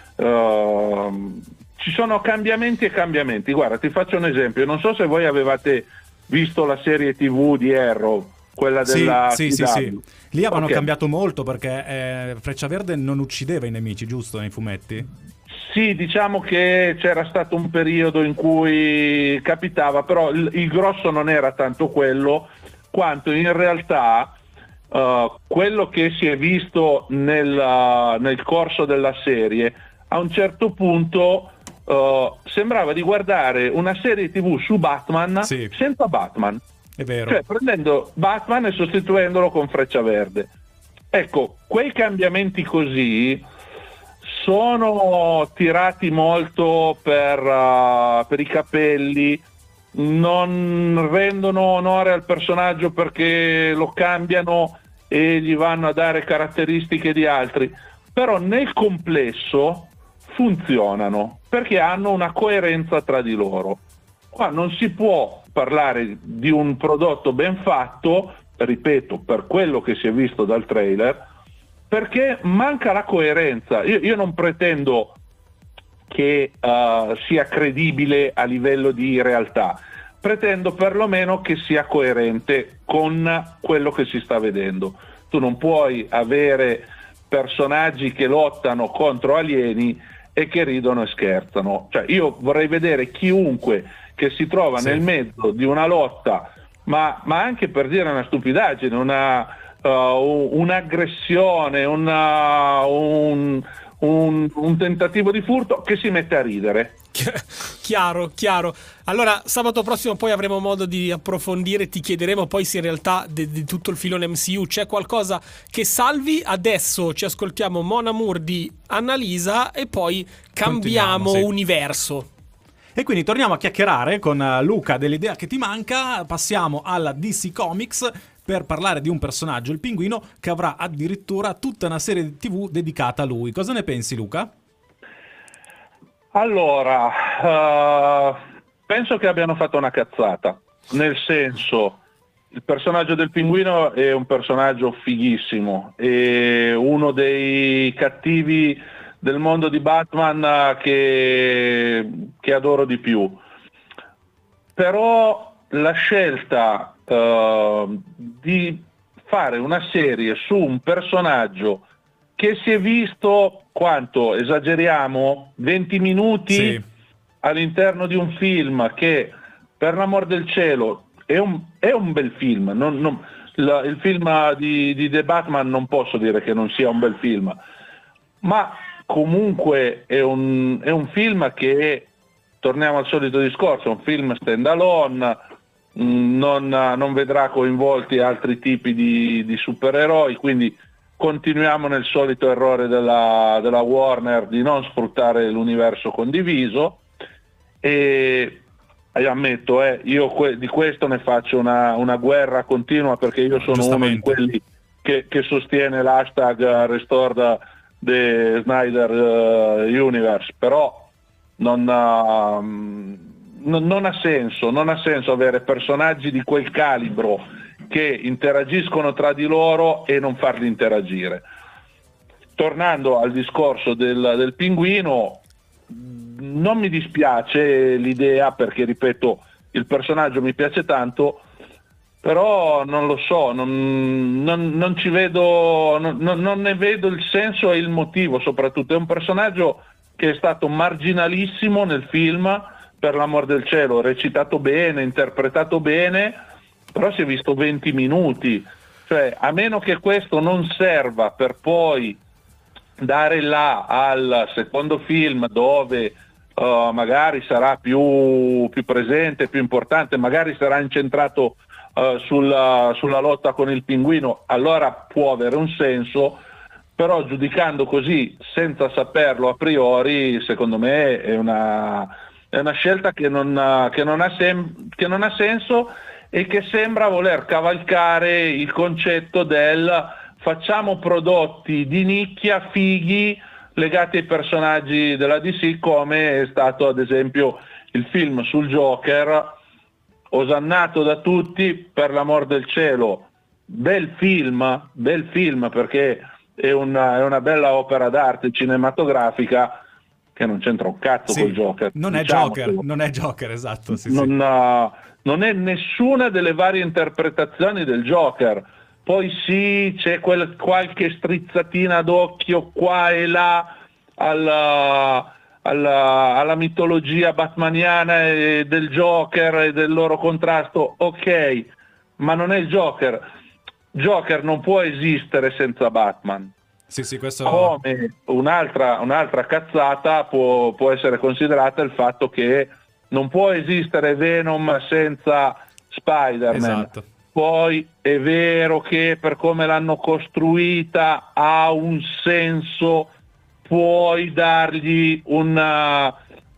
ci sono cambiamenti e cambiamenti. Guarda, ti faccio un esempio, non so se voi avevate visto la serie TV di Arrow, quella della sì. Lì avevano Ok. cambiato molto, perché Freccia Verde non uccideva i nemici, giusto, nei fumetti? Sì, diciamo che c'era stato un periodo in cui capitava, però il grosso non era tanto quello, quanto in realtà quello che si è visto nel corso della serie, a un certo punto sembrava di guardare una serie TV su Batman Sì. senza Batman, È vero. cioè prendendo Batman e sostituendolo con Freccia Verde. Ecco, quei cambiamenti così sono tirati molto per i capelli, non rendono onore al personaggio perché lo cambiano e gli vanno a dare caratteristiche di altri, però nel complesso funzionano perché hanno una coerenza tra di loro. Qua non si può parlare di un prodotto ben fatto, ripeto, per quello che si è visto dal trailer, perché manca la coerenza. Io non pretendo che sia credibile a livello di realtà, pretendo perlomeno che sia coerente con quello che si sta vedendo. Tu non puoi avere personaggi che lottano contro alieni e che ridono e scherzano. Cioè, io vorrei vedere chiunque che si trova nel mezzo di una lotta, ma anche, per dire una stupidaggine, un'aggressione, un tentativo di furto, che si mette a ridere. Chiaro. Allora, sabato prossimo poi avremo modo di approfondire, ti chiederemo poi se in realtà di tutto il filone MCU c'è qualcosa che salvi. Adesso ci ascoltiamo Mon Amour di Annalisa e poi cambiamo Continuiamo, sì. universo. E quindi torniamo a chiacchierare con Luca dell'idea che ti manca. Passiamo alla DC Comics per parlare di un personaggio, il Pinguino, che avrà addirittura tutta una serie TV dedicata a lui. Cosa ne pensi, Luca? Allora, penso che abbiano fatto una cazzata, nel senso, il personaggio del Pinguino è un personaggio fighissimo, è uno dei cattivi del mondo di Batman che adoro di più, però la scelta di fare una serie su un personaggio che si è visto, quanto esageriamo, 20 minuti Sì. all'interno di un film che, per l'amor del cielo, è un bel film. Il film di The Batman non posso dire che non sia un bel film, ma comunque è un film che, torniamo al solito discorso, è un film stand alone, non vedrà coinvolti altri tipi di supereroi, quindi continuiamo nel solito errore della Warner di non sfruttare l'universo condiviso, e io ammetto, io di questo ne faccio una guerra continua, perché io sono uno di quelli che sostiene l'hashtag Restore the Snyder Universe, però non ha senso avere personaggi di quel calibro che interagiscono tra di loro e non farli interagire. Tornando al discorso del Pinguino, non mi dispiace l'idea, perché ripeto, il personaggio mi piace tanto, però non lo so, non ci vedo, non ne vedo il senso e il motivo. Soprattutto è un personaggio che è stato marginalissimo nel film, per l'amor del cielo, recitato bene, interpretato bene, però si è visto 20 minuti, cioè, a meno che questo non serva per poi dare là al secondo film, dove magari sarà più presente, più importante, magari sarà incentrato sulla lotta con il Pinguino, allora può avere un senso, però giudicando così senza saperlo a priori, secondo me è una scelta che non ha senso e che sembra voler cavalcare il concetto del facciamo prodotti di nicchia fighi legati ai personaggi della DC, come è stato ad esempio il film sul Joker, osannato da tutti, per l'amor del cielo, bel film perché è una bella opera d'arte cinematografica che non c'entra un cazzo col Joker. Non è Joker, esatto. Non è nessuna delle varie interpretazioni del Joker. Poi sì, c'è qualche strizzatina d'occhio qua e là alla mitologia batmaniana e del Joker e del loro contrasto, ok, ma non è il Joker. Joker non può esistere senza Batman. Sì, questo... Come un'altra cazzata può essere considerata il fatto che non può esistere Venom senza Spider-Man. Esatto. Poi è vero che per come l'hanno costruita ha un senso, puoi dargli una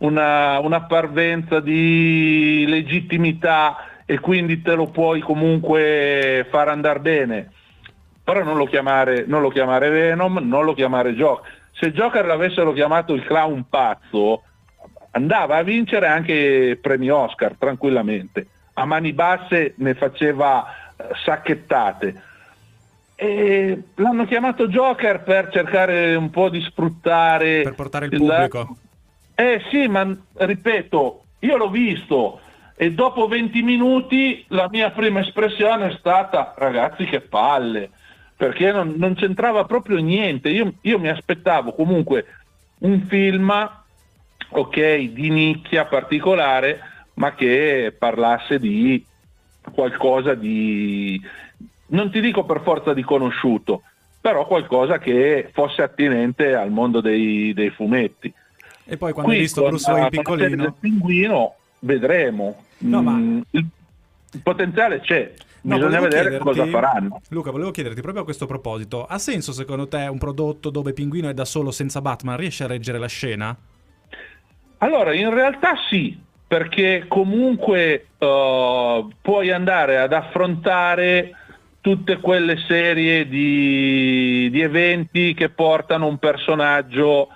parvenza di legittimità e quindi te lo puoi comunque far andare bene, però non lo chiamare Venom, non lo chiamare Joker. Se Joker l'avessero chiamato il clown pazzo, andava a vincere anche premi Oscar tranquillamente, a mani basse ne faceva sacchettate. E l'hanno chiamato Joker per cercare un po' di sfruttare, per portare il pubblico. Sì, ma ripeto, io l'ho visto e dopo 20 minuti la mia prima espressione è stata: ragazzi, che palle, perché non c'entrava proprio niente. Io mi aspettavo comunque un film, ok, di nicchia particolare, ma che parlasse di qualcosa di, non ti dico per forza di conosciuto, però qualcosa che fosse attinente al mondo dei fumetti. E poi quando hai visto Bruce Wayne piccolino, del Pinguino, vedremo. No, ma... il potenziale c'è. Bisogna vedere cosa faranno. Luca, volevo chiederti proprio a questo proposito: ha senso secondo te un prodotto dove Pinguino è da solo senza Batman? Riesce a reggere la scena? Allora, in realtà sì, perché comunque puoi andare ad affrontare tutte quelle serie di eventi che portano un personaggio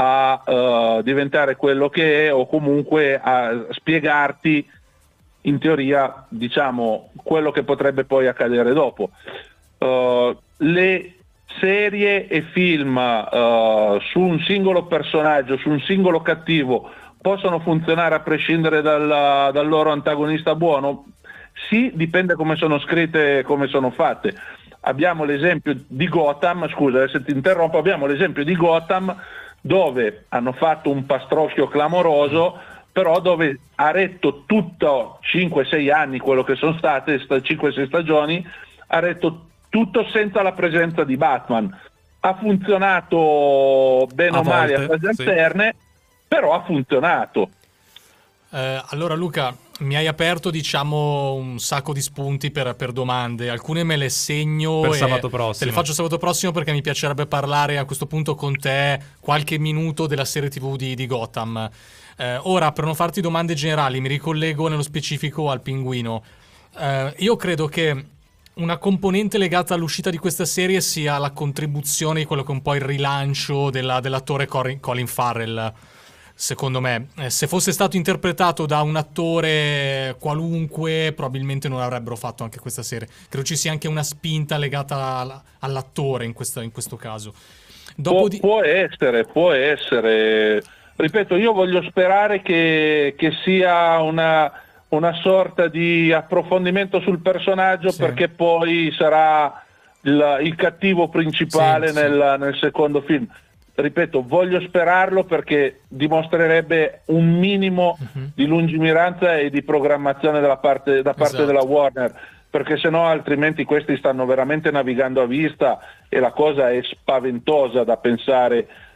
a diventare quello che è, o comunque a spiegarti in teoria, diciamo, quello che potrebbe poi accadere dopo. Le serie e film su un singolo personaggio, su un singolo cattivo, possono funzionare a prescindere dal loro antagonista buono? Sì, dipende come sono scritte, come sono fatte. Abbiamo l'esempio di Gotham, scusa se ti interrompo, abbiamo l'esempio di Gotham dove hanno fatto un pastrocchio clamoroso, però dove ha retto tutto 5-6 anni, quello che sono state 5-6 stagioni, ha retto tutto senza la presenza di Batman. Ha funzionato bene o male a fasi alterne, però ha funzionato. Allora Luca, mi hai aperto, diciamo, un sacco di spunti per domande. Alcune me le segno per e sabato prossimo. Te le faccio sabato prossimo, perché mi piacerebbe parlare a questo punto con te qualche minuto della serie TV di Gotham. Ora, per non farti domande generali, mi ricollego nello specifico al Pinguino. Io credo che una componente legata all'uscita di questa serie sia la contribuzione di quello che è un po' il rilancio dell'attore Colin Farrell. Secondo me, se fosse stato interpretato da un attore qualunque, probabilmente non avrebbero fatto anche questa serie. Credo ci sia anche una spinta legata all'attore in questo caso. Può essere. Ripeto, io voglio sperare che sia una sorta di approfondimento sul personaggio, sì, perché poi sarà il cattivo principale, sì, nel secondo film. Ripeto, voglio sperarlo, perché dimostrerebbe un minimo di lungimiranza e di programmazione da parte esatto, della Warner, perché sennò altrimenti questi stanno veramente navigando a vista e la cosa è spaventosa da pensare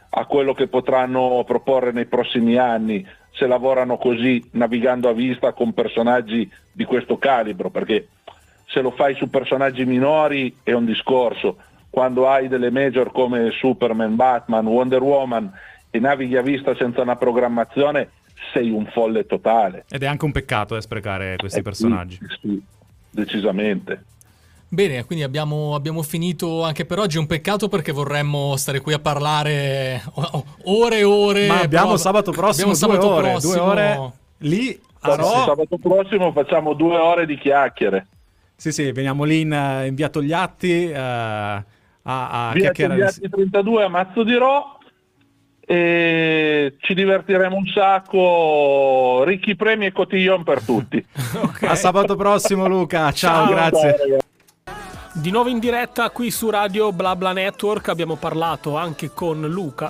a quello che potranno proporre nei prossimi anni se lavorano così, navigando a vista con personaggi di questo calibro, perché se lo fai su personaggi minori è un discorso, quando hai delle major come Superman, Batman, Wonder Woman e navighi a vista senza una programmazione, sei un folle totale. Ed è anche un peccato sprecare questi personaggi. Sì, decisamente. Bene, quindi abbiamo finito anche per oggi. Un peccato perché vorremmo stare qui a parlare ore e ore. Ma abbiamo sabato prossimo, abbiamo 2 ore lì a Rho. Sabato prossimo facciamo 2 ore di chiacchiere. Sì, veniamo lì in via Togliatti a Via chiacchierare. Togliatti 32 a Mazzo di Rho, e ci divertiremo un sacco, ricchi premi e cotillon per tutti. Okay. A sabato prossimo, Luca. Ciao. Grazie. Ciao, ragazzi. Di nuovo in diretta qui su Radio BlaBla Network, abbiamo parlato anche con Luca.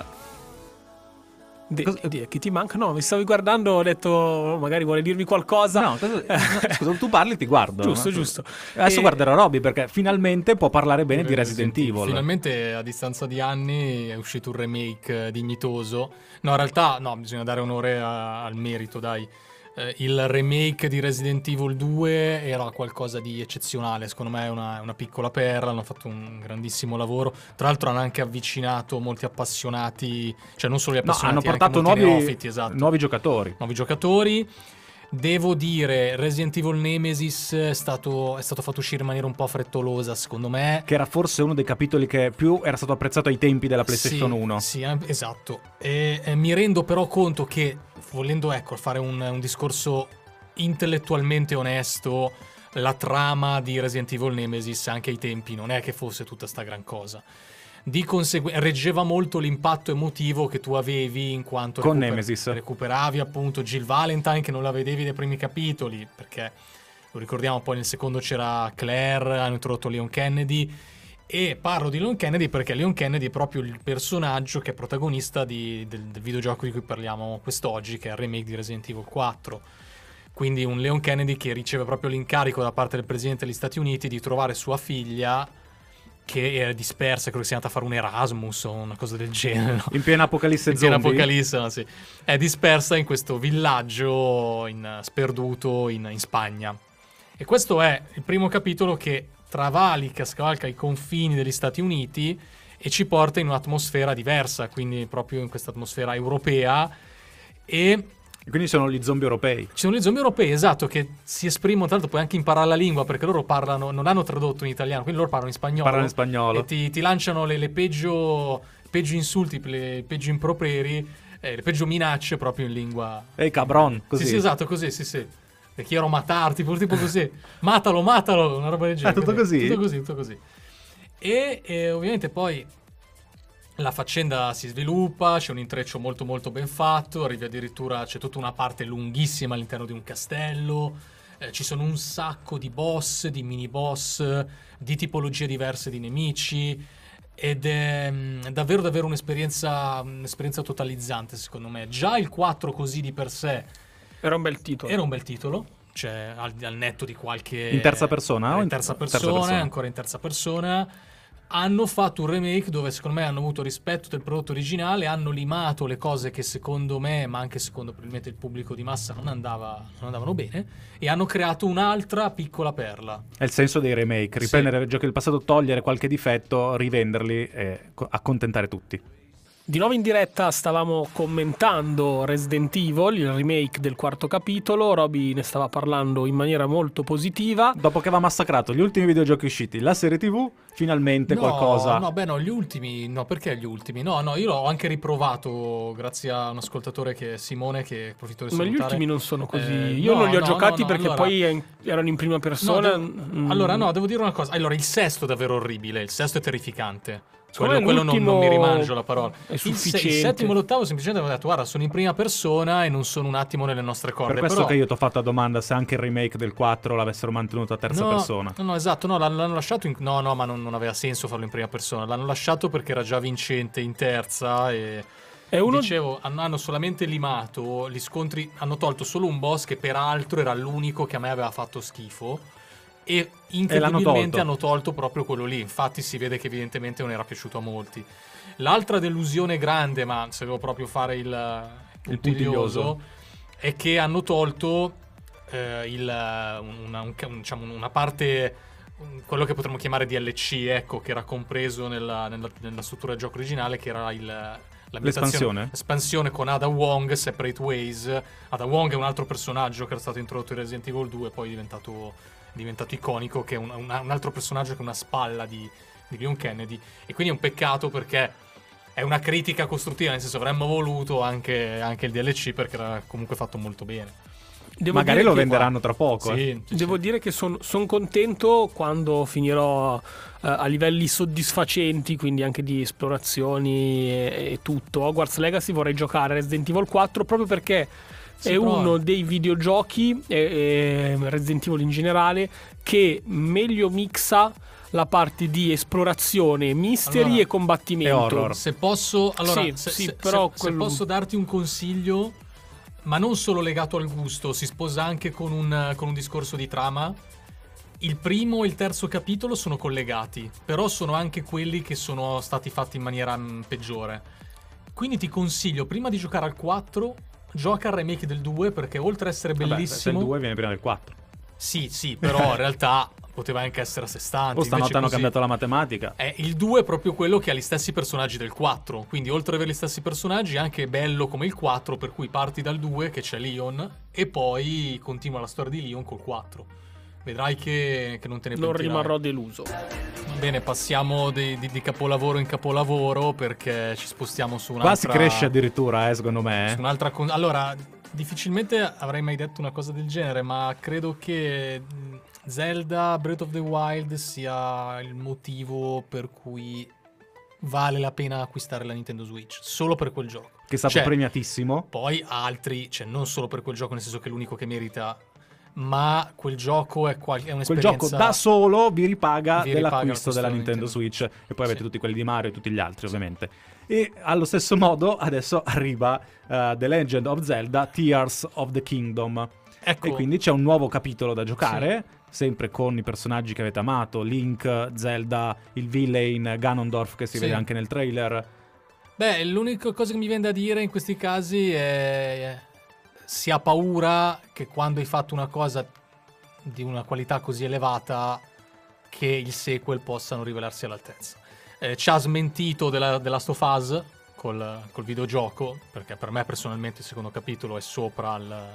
Chi ti manca? No, mi stavi guardando, ho detto magari vuole dirmi qualcosa. No, scusa, tu parli, ti guardo. Giusto. Adesso guarderò Robby perché finalmente può parlare bene di Resident Evil. Finalmente a distanza di anni è uscito un remake dignitoso. No, in realtà no, bisogna dare onore al merito, dai. Il remake di Resident Evil 2 era qualcosa di eccezionale, secondo me è una piccola perla, hanno fatto un grandissimo lavoro. Tra l'altro hanno anche avvicinato molti appassionati, cioè non solo gli appassionati, hanno portato anche molti neofiti, esatto. nuovi giocatori. Devo dire, Resident Evil Nemesis è stato fatto uscire in maniera un po' frettolosa, secondo me. Che era forse uno dei capitoli che più era stato apprezzato ai tempi della PlayStation 1. Sì, esatto. E mi rendo però conto che, volendo fare un discorso intellettualmente onesto, la trama di Resident Evil Nemesis anche ai tempi non è che fosse tutta sta gran cosa. Di conseguenza reggeva molto l'impatto emotivo che tu avevi in quanto con Nemesis recuperavi appunto Jill Valentine, che non la vedevi nei primi capitoli, perché lo ricordiamo, poi nel secondo c'era Claire, hanno introdotto Leon Kennedy. E parlo di Leon Kennedy perché Leon Kennedy è proprio il personaggio che è protagonista del videogioco di cui parliamo quest'oggi, che è il remake di Resident Evil 4. Quindi un Leon Kennedy che riceve proprio l'incarico da parte del presidente degli Stati Uniti di trovare sua figlia, che è dispersa, credo che sia andata a fare un Erasmus o una cosa del genere, no? In piena apocalisse zombie. In piena apocalisse, no, sì. È dispersa in questo villaggio sperduto in Spagna. E questo è il primo capitolo che scavalca i confini degli Stati Uniti e ci porta in un'atmosfera diversa, quindi proprio in questa atmosfera europea. E quindi sono gli zombie europei. Ci sono gli zombie europei, esatto, che si esprimono, tra l'altro puoi anche imparare la lingua, perché loro parlano, non hanno tradotto in italiano, quindi loro parlano in spagnolo. Parlano in spagnolo. E ti lanciano le peggio insulti, le peggio improperi, le peggio minacce proprio in lingua. Ehi, cabron, così. Sì, esatto, così, sì. E quiero matarti, tipo così. Matalo, una roba del genere. Tutto così? Tutto così. E ovviamente poi la faccenda si sviluppa, c'è un intreccio molto molto ben fatto, arrivi addirittura, c'è tutta una parte lunghissima all'interno di un castello, ci sono un sacco di boss, di mini boss, di tipologie diverse di nemici, ed è davvero davvero un'esperienza totalizzante, secondo me. Già il 4 così di per sé era un bel titolo, cioè al netto di qualche... In terza persona? In terza persona, ancora in terza persona. Hanno fatto un remake dove secondo me hanno avuto rispetto del prodotto originale, hanno limato le cose che secondo me, ma anche secondo probabilmente il pubblico di massa, non andavano bene, e hanno creato un'altra piccola perla. È il senso dei remake, riprendere i giochi del passato, togliere qualche difetto, rivenderli e accontentare tutti. Di nuovo in diretta stavamo commentando Resident Evil, il remake del quarto capitolo. Robby ne stava parlando in maniera molto positiva. Dopo che aveva massacrato gli ultimi videogiochi usciti, la serie TV, finalmente qualcosa... No, gli ultimi... No, perché gli ultimi? No, io l'ho anche riprovato grazie a un ascoltatore che è Simone, che approfitto di salutare. Ma gli ultimi non sono così... Io non li ho giocati perché allora, poi erano in prima persona. Devo dire una cosa. Allora, il sesto è davvero orribile, il sesto è terrificante. Quello non mi rimangio la parola. È sufficiente. Il settimo e l'ottavo semplicemente avevo detto: guarda, sono in prima persona e non sono un attimo nelle nostre corde. Per questo che io ti ho fatto la domanda se anche il remake del 4 l'avessero mantenuto a terza persona. No, esatto, l'hanno lasciato ma non aveva senso farlo in prima persona. L'hanno lasciato perché era già vincente in terza e... Dicevo, hanno solamente limato gli scontri, hanno tolto solo un boss che peraltro era l'unico che a me aveva fatto schifo. e incredibilmente tolto. hanno tolto proprio quello lì. Infatti si vede che evidentemente non era piaciuto a molti. L'altra delusione grande, ma se devo proprio fare il puntiglioso, è che hanno tolto una parte, quello che potremmo chiamare DLC, ecco, che era compreso nella struttura del gioco originale, che era l'espansione con Ada Wong, Separate Ways. Ada Wong è un altro personaggio che era stato introdotto in Resident Evil 2 e poi è diventato iconico, che è un altro personaggio che è una spalla di Leon Kennedy, e quindi è un peccato perché è una critica costruttiva, nel senso avremmo voluto anche il DLC, perché era comunque fatto molto bene. Magari lo venderanno tra poco. Devo dire che sono contento quando finirò a livelli soddisfacenti, quindi anche di esplorazioni e tutto. Hogwarts Legacy vorrei giocare Resident Evil 4 proprio perché è uno dei videogiochi, Resident Evil in generale, che meglio mixa la parte di esplorazione, mystery e combattimento. E horror. Se posso, se posso darti un consiglio, ma non solo legato al gusto, si sposa anche con un discorso di trama. Il primo e il terzo capitolo sono collegati, però sono anche quelli che sono stati fatti in maniera peggiore. Quindi ti consiglio, prima di giocare al 4, gioca al remake del 2, perché oltre a essere bellissimo... il 2 viene prima del 4. Sì, però in realtà poteva anche essere a sé stante. Stanotte hanno cambiato la matematica. Il 2 è proprio quello che ha gli stessi personaggi del 4, quindi oltre ad avere gli stessi personaggi è anche bello come il 4, per cui parti dal 2 che c'è Leon e poi continua la storia di Leon col 4. Vedrai che non te ne non pentirai. rimarrò deluso. Bene, passiamo di capolavoro in capolavoro, perché ci spostiamo su un'altra... Qua si cresce addirittura, secondo me. Su un'altra allora, difficilmente avrei mai detto una cosa del genere, ma credo che Zelda Breath of the Wild sia il motivo per cui vale la pena acquistare la Nintendo Switch, solo per quel gioco. Che è stato premiatissimo. Poi altri, non solo per quel gioco, nel senso che è l'unico che merita, ma quel gioco è un'esperienza. Quel gioco da solo vi ripaga dell'acquisto della Nintendo Switch, e poi avete tutti quelli di Mario e tutti gli altri, ovviamente. E allo stesso modo adesso arriva The Legend of Zelda Tears of the Kingdom. Ecco. E quindi c'è un nuovo capitolo da giocare, sempre con i personaggi che avete amato, Link, Zelda, il villain Ganondorf, che si vede anche nel trailer. Beh, l'unica cosa che mi viene da dire in questi casi è: si ha paura che quando hai fatto una cosa di una qualità così elevata, che il sequel possano rivelarsi all'altezza. Ci ha smentito della Last of Us col videogioco, perché per me personalmente il secondo capitolo è sopra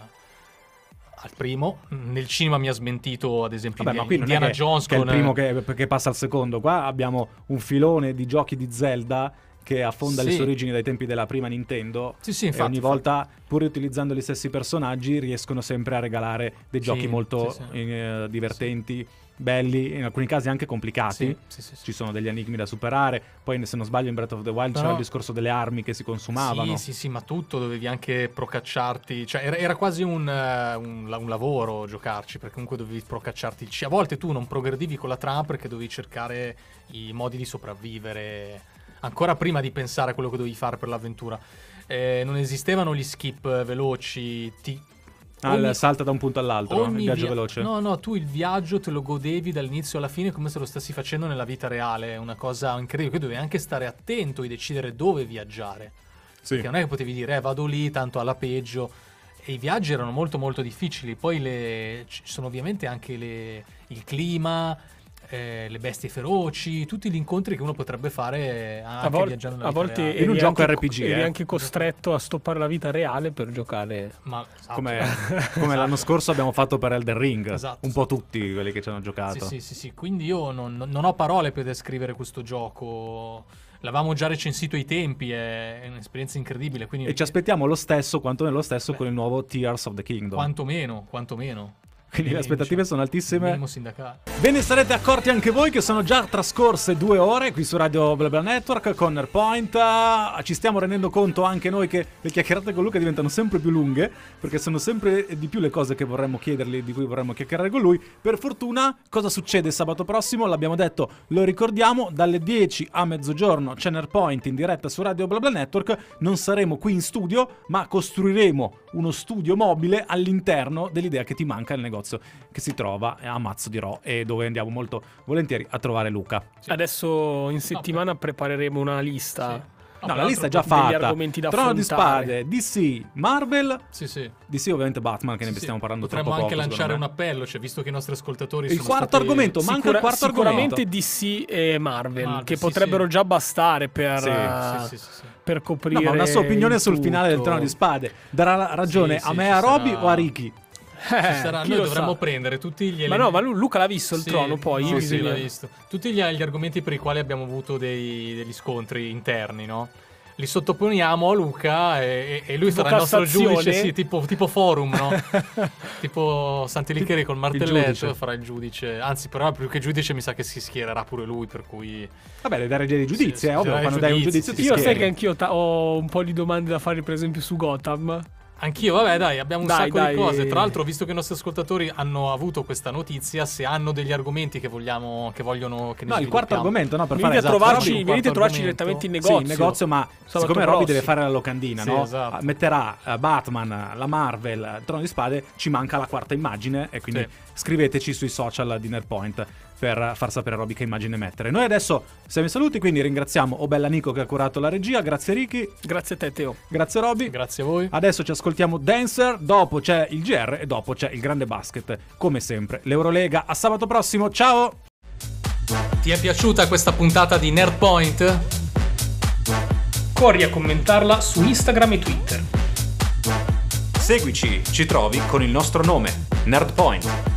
al primo. Nel cinema mi ha smentito, ad esempio, Indiana Jones, che è il primo che passa al secondo. Qua abbiamo un filone di giochi di Zelda che affonda le sue origini dai tempi della prima Nintendo, infatti, e ogni volta, pur utilizzando gli stessi personaggi, riescono sempre a regalare dei giochi molto divertenti, belli, in alcuni casi anche complicati. Ci sono degli enigmi da superare. Poi, se non sbaglio, in Breath of the Wild c'era il discorso delle armi che si consumavano. Sì, ma tutto dovevi anche procacciarti, cioè era quasi un lavoro giocarci, perché comunque dovevi procacciarti a volte tu non progredivi con la trama perché dovevi cercare i modi di sopravvivere ancora prima di pensare a quello che dovevi fare per l'avventura. Non esistevano gli skip veloci. Salta da un punto all'altro, il viaggio veloce. No, tu il viaggio te lo godevi dall'inizio alla fine come se lo stessi facendo nella vita reale. È una cosa incredibile, che dovevi anche stare attento e decidere dove viaggiare. Perché non è che potevi dire vado lì, tanto alla peggio. E i viaggi erano molto molto difficili. Poi ci sono ovviamente anche il clima, le bestie feroci, tutti gli incontri che uno potrebbe fare anche viaggiando nella vita reale. In un gioco RPG eri anche costretto a stoppare la vita reale per giocare. Come l'anno scorso abbiamo fatto per Elden Ring. Esatto. Un po' tutti quelli che ci hanno giocato. Sì. Quindi io non ho parole per descrivere questo gioco. L'avevamo già recensito ai tempi, è un'esperienza incredibile. Quindi e ci aspettiamo lo stesso, quanto nello stesso, con il nuovo Tears of the Kingdom. Quantomeno. Quindi le aspettative sono altissime. Minimo sindacale. Ve ne sarete accorti anche voi che sono già trascorse 2 ore qui su Radio BlaBla Network con Nerdpoint. Ci stiamo rendendo conto anche noi che le chiacchierate con Luca diventano sempre più lunghe, perché sono sempre di più le cose che vorremmo chiedergli, di cui vorremmo chiacchierare con lui. Per fortuna, cosa succede sabato prossimo? L'abbiamo detto, lo ricordiamo, dalle 10 a mezzogiorno c'è Nerdpoint in diretta su Radio BlaBla Network. Non saremo qui in studio, ma costruiremo uno studio mobile all'interno dell'idea che ti manca nel negozio negozio che si trova a Mazzo di Ro e dove andiamo molto volentieri a trovare Luca. Adesso in settimana prepareremo una lista. No, la lista è già degli fatta. argomenti da Trono di affrontare. Spade, DC, Marvel. Sì. DC ovviamente Batman, che ne stiamo parlando Potremmo troppo anche poco, lanciare un secondo me. appello, cioè visto che i nostri ascoltatori Il sono quarto stati... argomento, manca il quarto sicuramente argomento. DC e Marvel, che sì, potrebbero sì. già bastare per, Sì. per coprire. No, ma una sua opinione il sul finale del tutto. Trono di Spade darà ragione Sì, a sì, me, ci a Roby sarà. o a Ricky? Ci sarà. Chi Noi lo dovremmo sa? prendere tutti gli Ma elementi. no, ma Luca l'ha visto il trono poi. No, sì, bisogna- l'ha visto. Tutti gli argomenti per i quali abbiamo avuto degli scontri interni, no? Li sottoponiamo a Luca e lui Tipo sarà il nostro Cassazione? giudice, sì, tipo forum, no? Tipo Sant'Elicheri col giudice. martelletto farà il giudice. Anzi, però più che giudice mi sa che si schiererà pure lui, per cui... Vabbè, devi dare dei giudizi, Sì, ovvio, dai quando dai un giudizi, giudizio ti Io sai schieri. che anch'io ho un po' di domande da fare, per esempio, su Gotham. Anch'io, vabbè, dai, abbiamo un Dai, sacco dai. di cose. Tra l'altro, visto che i nostri ascoltatori hanno avuto questa notizia, se hanno degli argomenti che vogliono che ne No, il quarto sviluppiamo. argomento, no, per Venite fare a trovarci, Robby, un venite a quarto trovarci argomento. direttamente in Sì, negozio. in negozio, ma Sabato siccome Robby prossimo. deve fare la locandina, Sì, no? esatto. Metterà Batman, la Marvel, il Trono di Spade, ci manca la quarta immagine e quindi Sì. scriveteci sui social di Nerdpoint per far sapere a Robby che immagine mettere. Noi adesso siamo in saluti, quindi ringraziamo Obella Nico che ha curato la regia, grazie Ricky, Grazie a te, Teo. grazie Robby. Grazie a voi. Adesso ci ascoltiamo Dancer, dopo c'è il GR e dopo c'è il grande basket, come sempre l'Eurolega. A sabato prossimo, ciao! Ti è piaciuta questa puntata di Nerdpoint? Corri a commentarla su Instagram e Twitter. Seguici, ci trovi con il nostro nome, Nerdpoint.